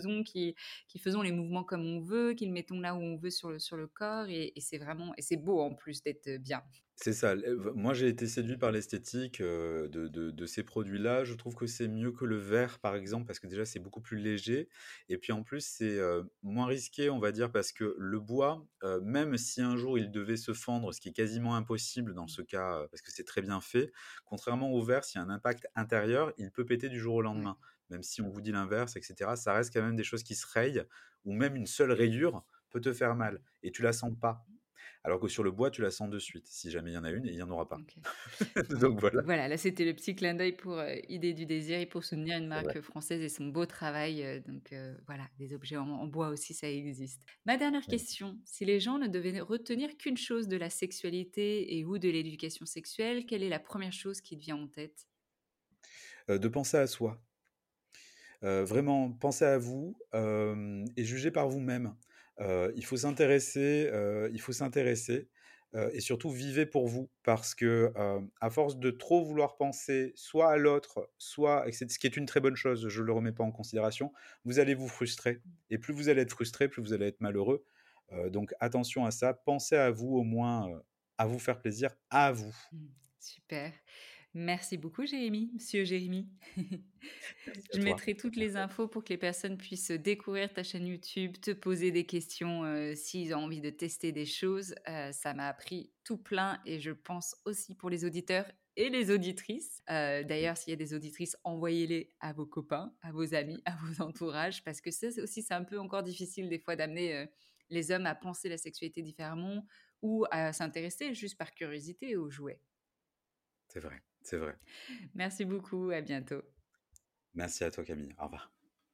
qui faisons les mouvements comme on veut, qui le mettons là où on veut sur le corps et c'est vraiment et c'est beau en plus d'être, bien. C'est ça, moi j'ai été séduit par l'esthétique, de ces produits-là. Je trouve que c'est mieux que le verre, par exemple, parce que déjà c'est beaucoup plus léger et puis en plus c'est, moins risqué, on va dire, parce que le bois, même si un jour il devait se fendre, ce qui est quasiment impossible dans ce cas, parce que c'est très bien fait, contrairement au verre, s'il y a un impact intérieur, il peut péter du jour au Ouais. lendemain. Même si on vous dit l'inverse et cetera, ça reste quand même des choses qui se rayent ou même une seule rayure peut te faire mal et tu la sens pas. Alors que sur le bois, tu la sens de suite, si jamais il y en a une et il y en aura pas. OK. Bon, Donc voilà, voilà, là, c'était le petit clin d'œil pour, Idée du désir et pour soutenir une c'est vrai. marque, française et son beau travail, donc voilà, des objets en bois aussi, ça existe. Ma dernière Magnifique. question, si les gens ne devaient retenir qu'une chose de la sexualité et ou de l'éducation sexuelle, quelle est la première chose qui te vient en tête? De penser à soi. Vraiment, pensez à vous, et jugez par vous-même. Il faut s'intéresser, et surtout vivez pour vous parce que, à force de trop vouloir penser soit à l'autre, soit et c'est ce qui est une très bonne chose, je ne le remets pas en considération, vous allez vous frustrer et plus vous allez être frustré, plus vous allez être malheureux, donc attention à ça. Pensez à vous au moins, à vous faire plaisir, à vous. Mmh, super. Merci beaucoup Jérémy, monsieur Jérémy. Merci à Je toi. mettrai toutes les infos pour que les personnes puissent découvrir ta chaîne YouTube, te poser des questions, s'ils ont envie de tester des choses. Ça m'a appris tout plein et je pense aussi pour les auditeurs et les auditrices. D'ailleurs, s'il y a des auditrices, envoyez-les à vos copains, à vos amis, à vos entourages parce que ça, c'est aussi c'est un peu encore difficile des fois d'amener, les hommes à penser la sexualité différemment ou à s'intéresser juste par curiosité aux jouets. C'est vrai, c'est vrai. Merci beaucoup, à bientôt. Merci à toi Camille, au revoir.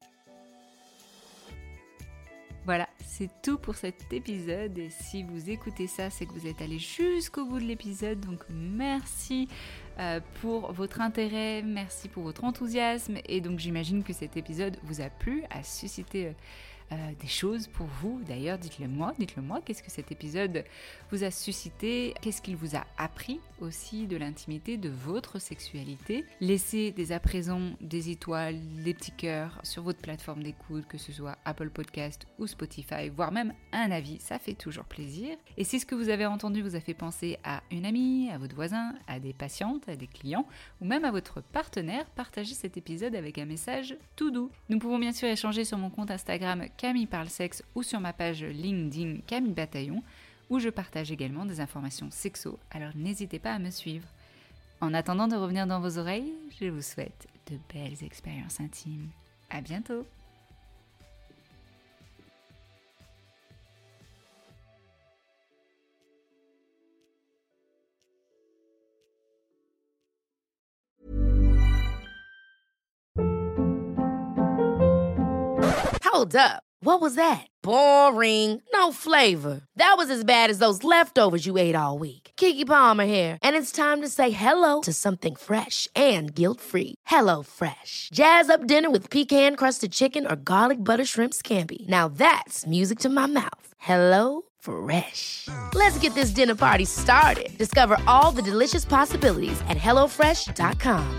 Voilà, c'est tout pour cet épisode et si vous écoutez ça, c'est que vous êtes allé jusqu'au bout de l'épisode, donc merci pour votre intérêt, merci pour votre enthousiasme et donc j'imagine que cet épisode vous a plu, a suscité des choses pour vous. D'ailleurs, dites-le moi, qu'est-ce que cet épisode vous a suscité, qu'est-ce qu'il vous a appris aussi de l'intimité de votre sexualité. Laissez dès à présent des étoiles, des petits cœurs sur votre plateforme d'écoute, que ce soit Apple Podcast ou Spotify, voire même un avis, ça fait toujours plaisir. Et si ce que vous avez entendu vous a fait penser à une amie, à votre voisin, à des patientes, à des clients, ou même à votre partenaire, partagez cet épisode avec un message tout doux. Nous pouvons bien sûr échanger sur mon compte Instagram Camille Parle Sexe ou sur ma page LinkedIn Camille Bataillon où je partage également des informations sexo, alors n'hésitez pas à me suivre. En attendant de revenir dans vos oreilles, je vous souhaite de belles expériences intimes. À bientôt! Hold up. What was that? Boring. No flavor. That was as bad as those leftovers you ate all week. Keke Palmer here, and it's time to say hello to something fresh and guilt-free. Hello Fresh. Jazz up dinner with pecan-crusted chicken or garlic butter shrimp scampi. Now that's music to my mouth. Hello Fresh. Let's get this dinner party started. Discover all the delicious possibilities at hellofresh.com.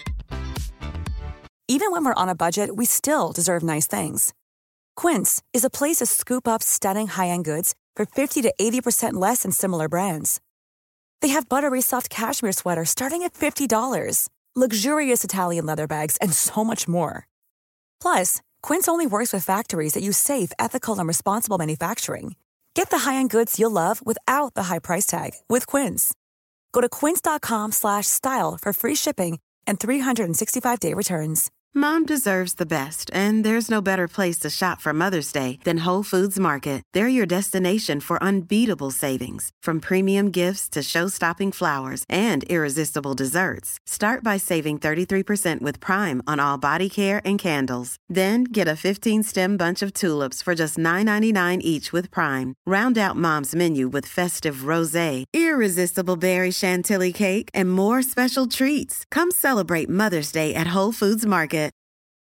Even when we're on a budget, we still deserve nice things. Quince is a place to scoop up stunning high-end goods for 50 to 80% less than similar brands. They have buttery soft cashmere sweaters starting at $50, luxurious Italian leather bags, and so much more. Plus, Quince only works with factories that use safe, ethical, and responsible manufacturing. Get the high-end goods you'll love without the high price tag with Quince. Go to quince.com/style for free shipping and 365-day returns. Mom deserves the best, and there's no better place to shop for Mother's Day than Whole Foods Market. They're your destination for unbeatable savings, from premium gifts to show-stopping flowers and irresistible desserts. Start by saving 33% with Prime on all body care and candles. Then get a 15-stem bunch of tulips for just $9.99 each with Prime. Round out Mom's menu with festive rosé, irresistible berry chantilly cake, and more special treats. Come celebrate Mother's Day at Whole Foods Market.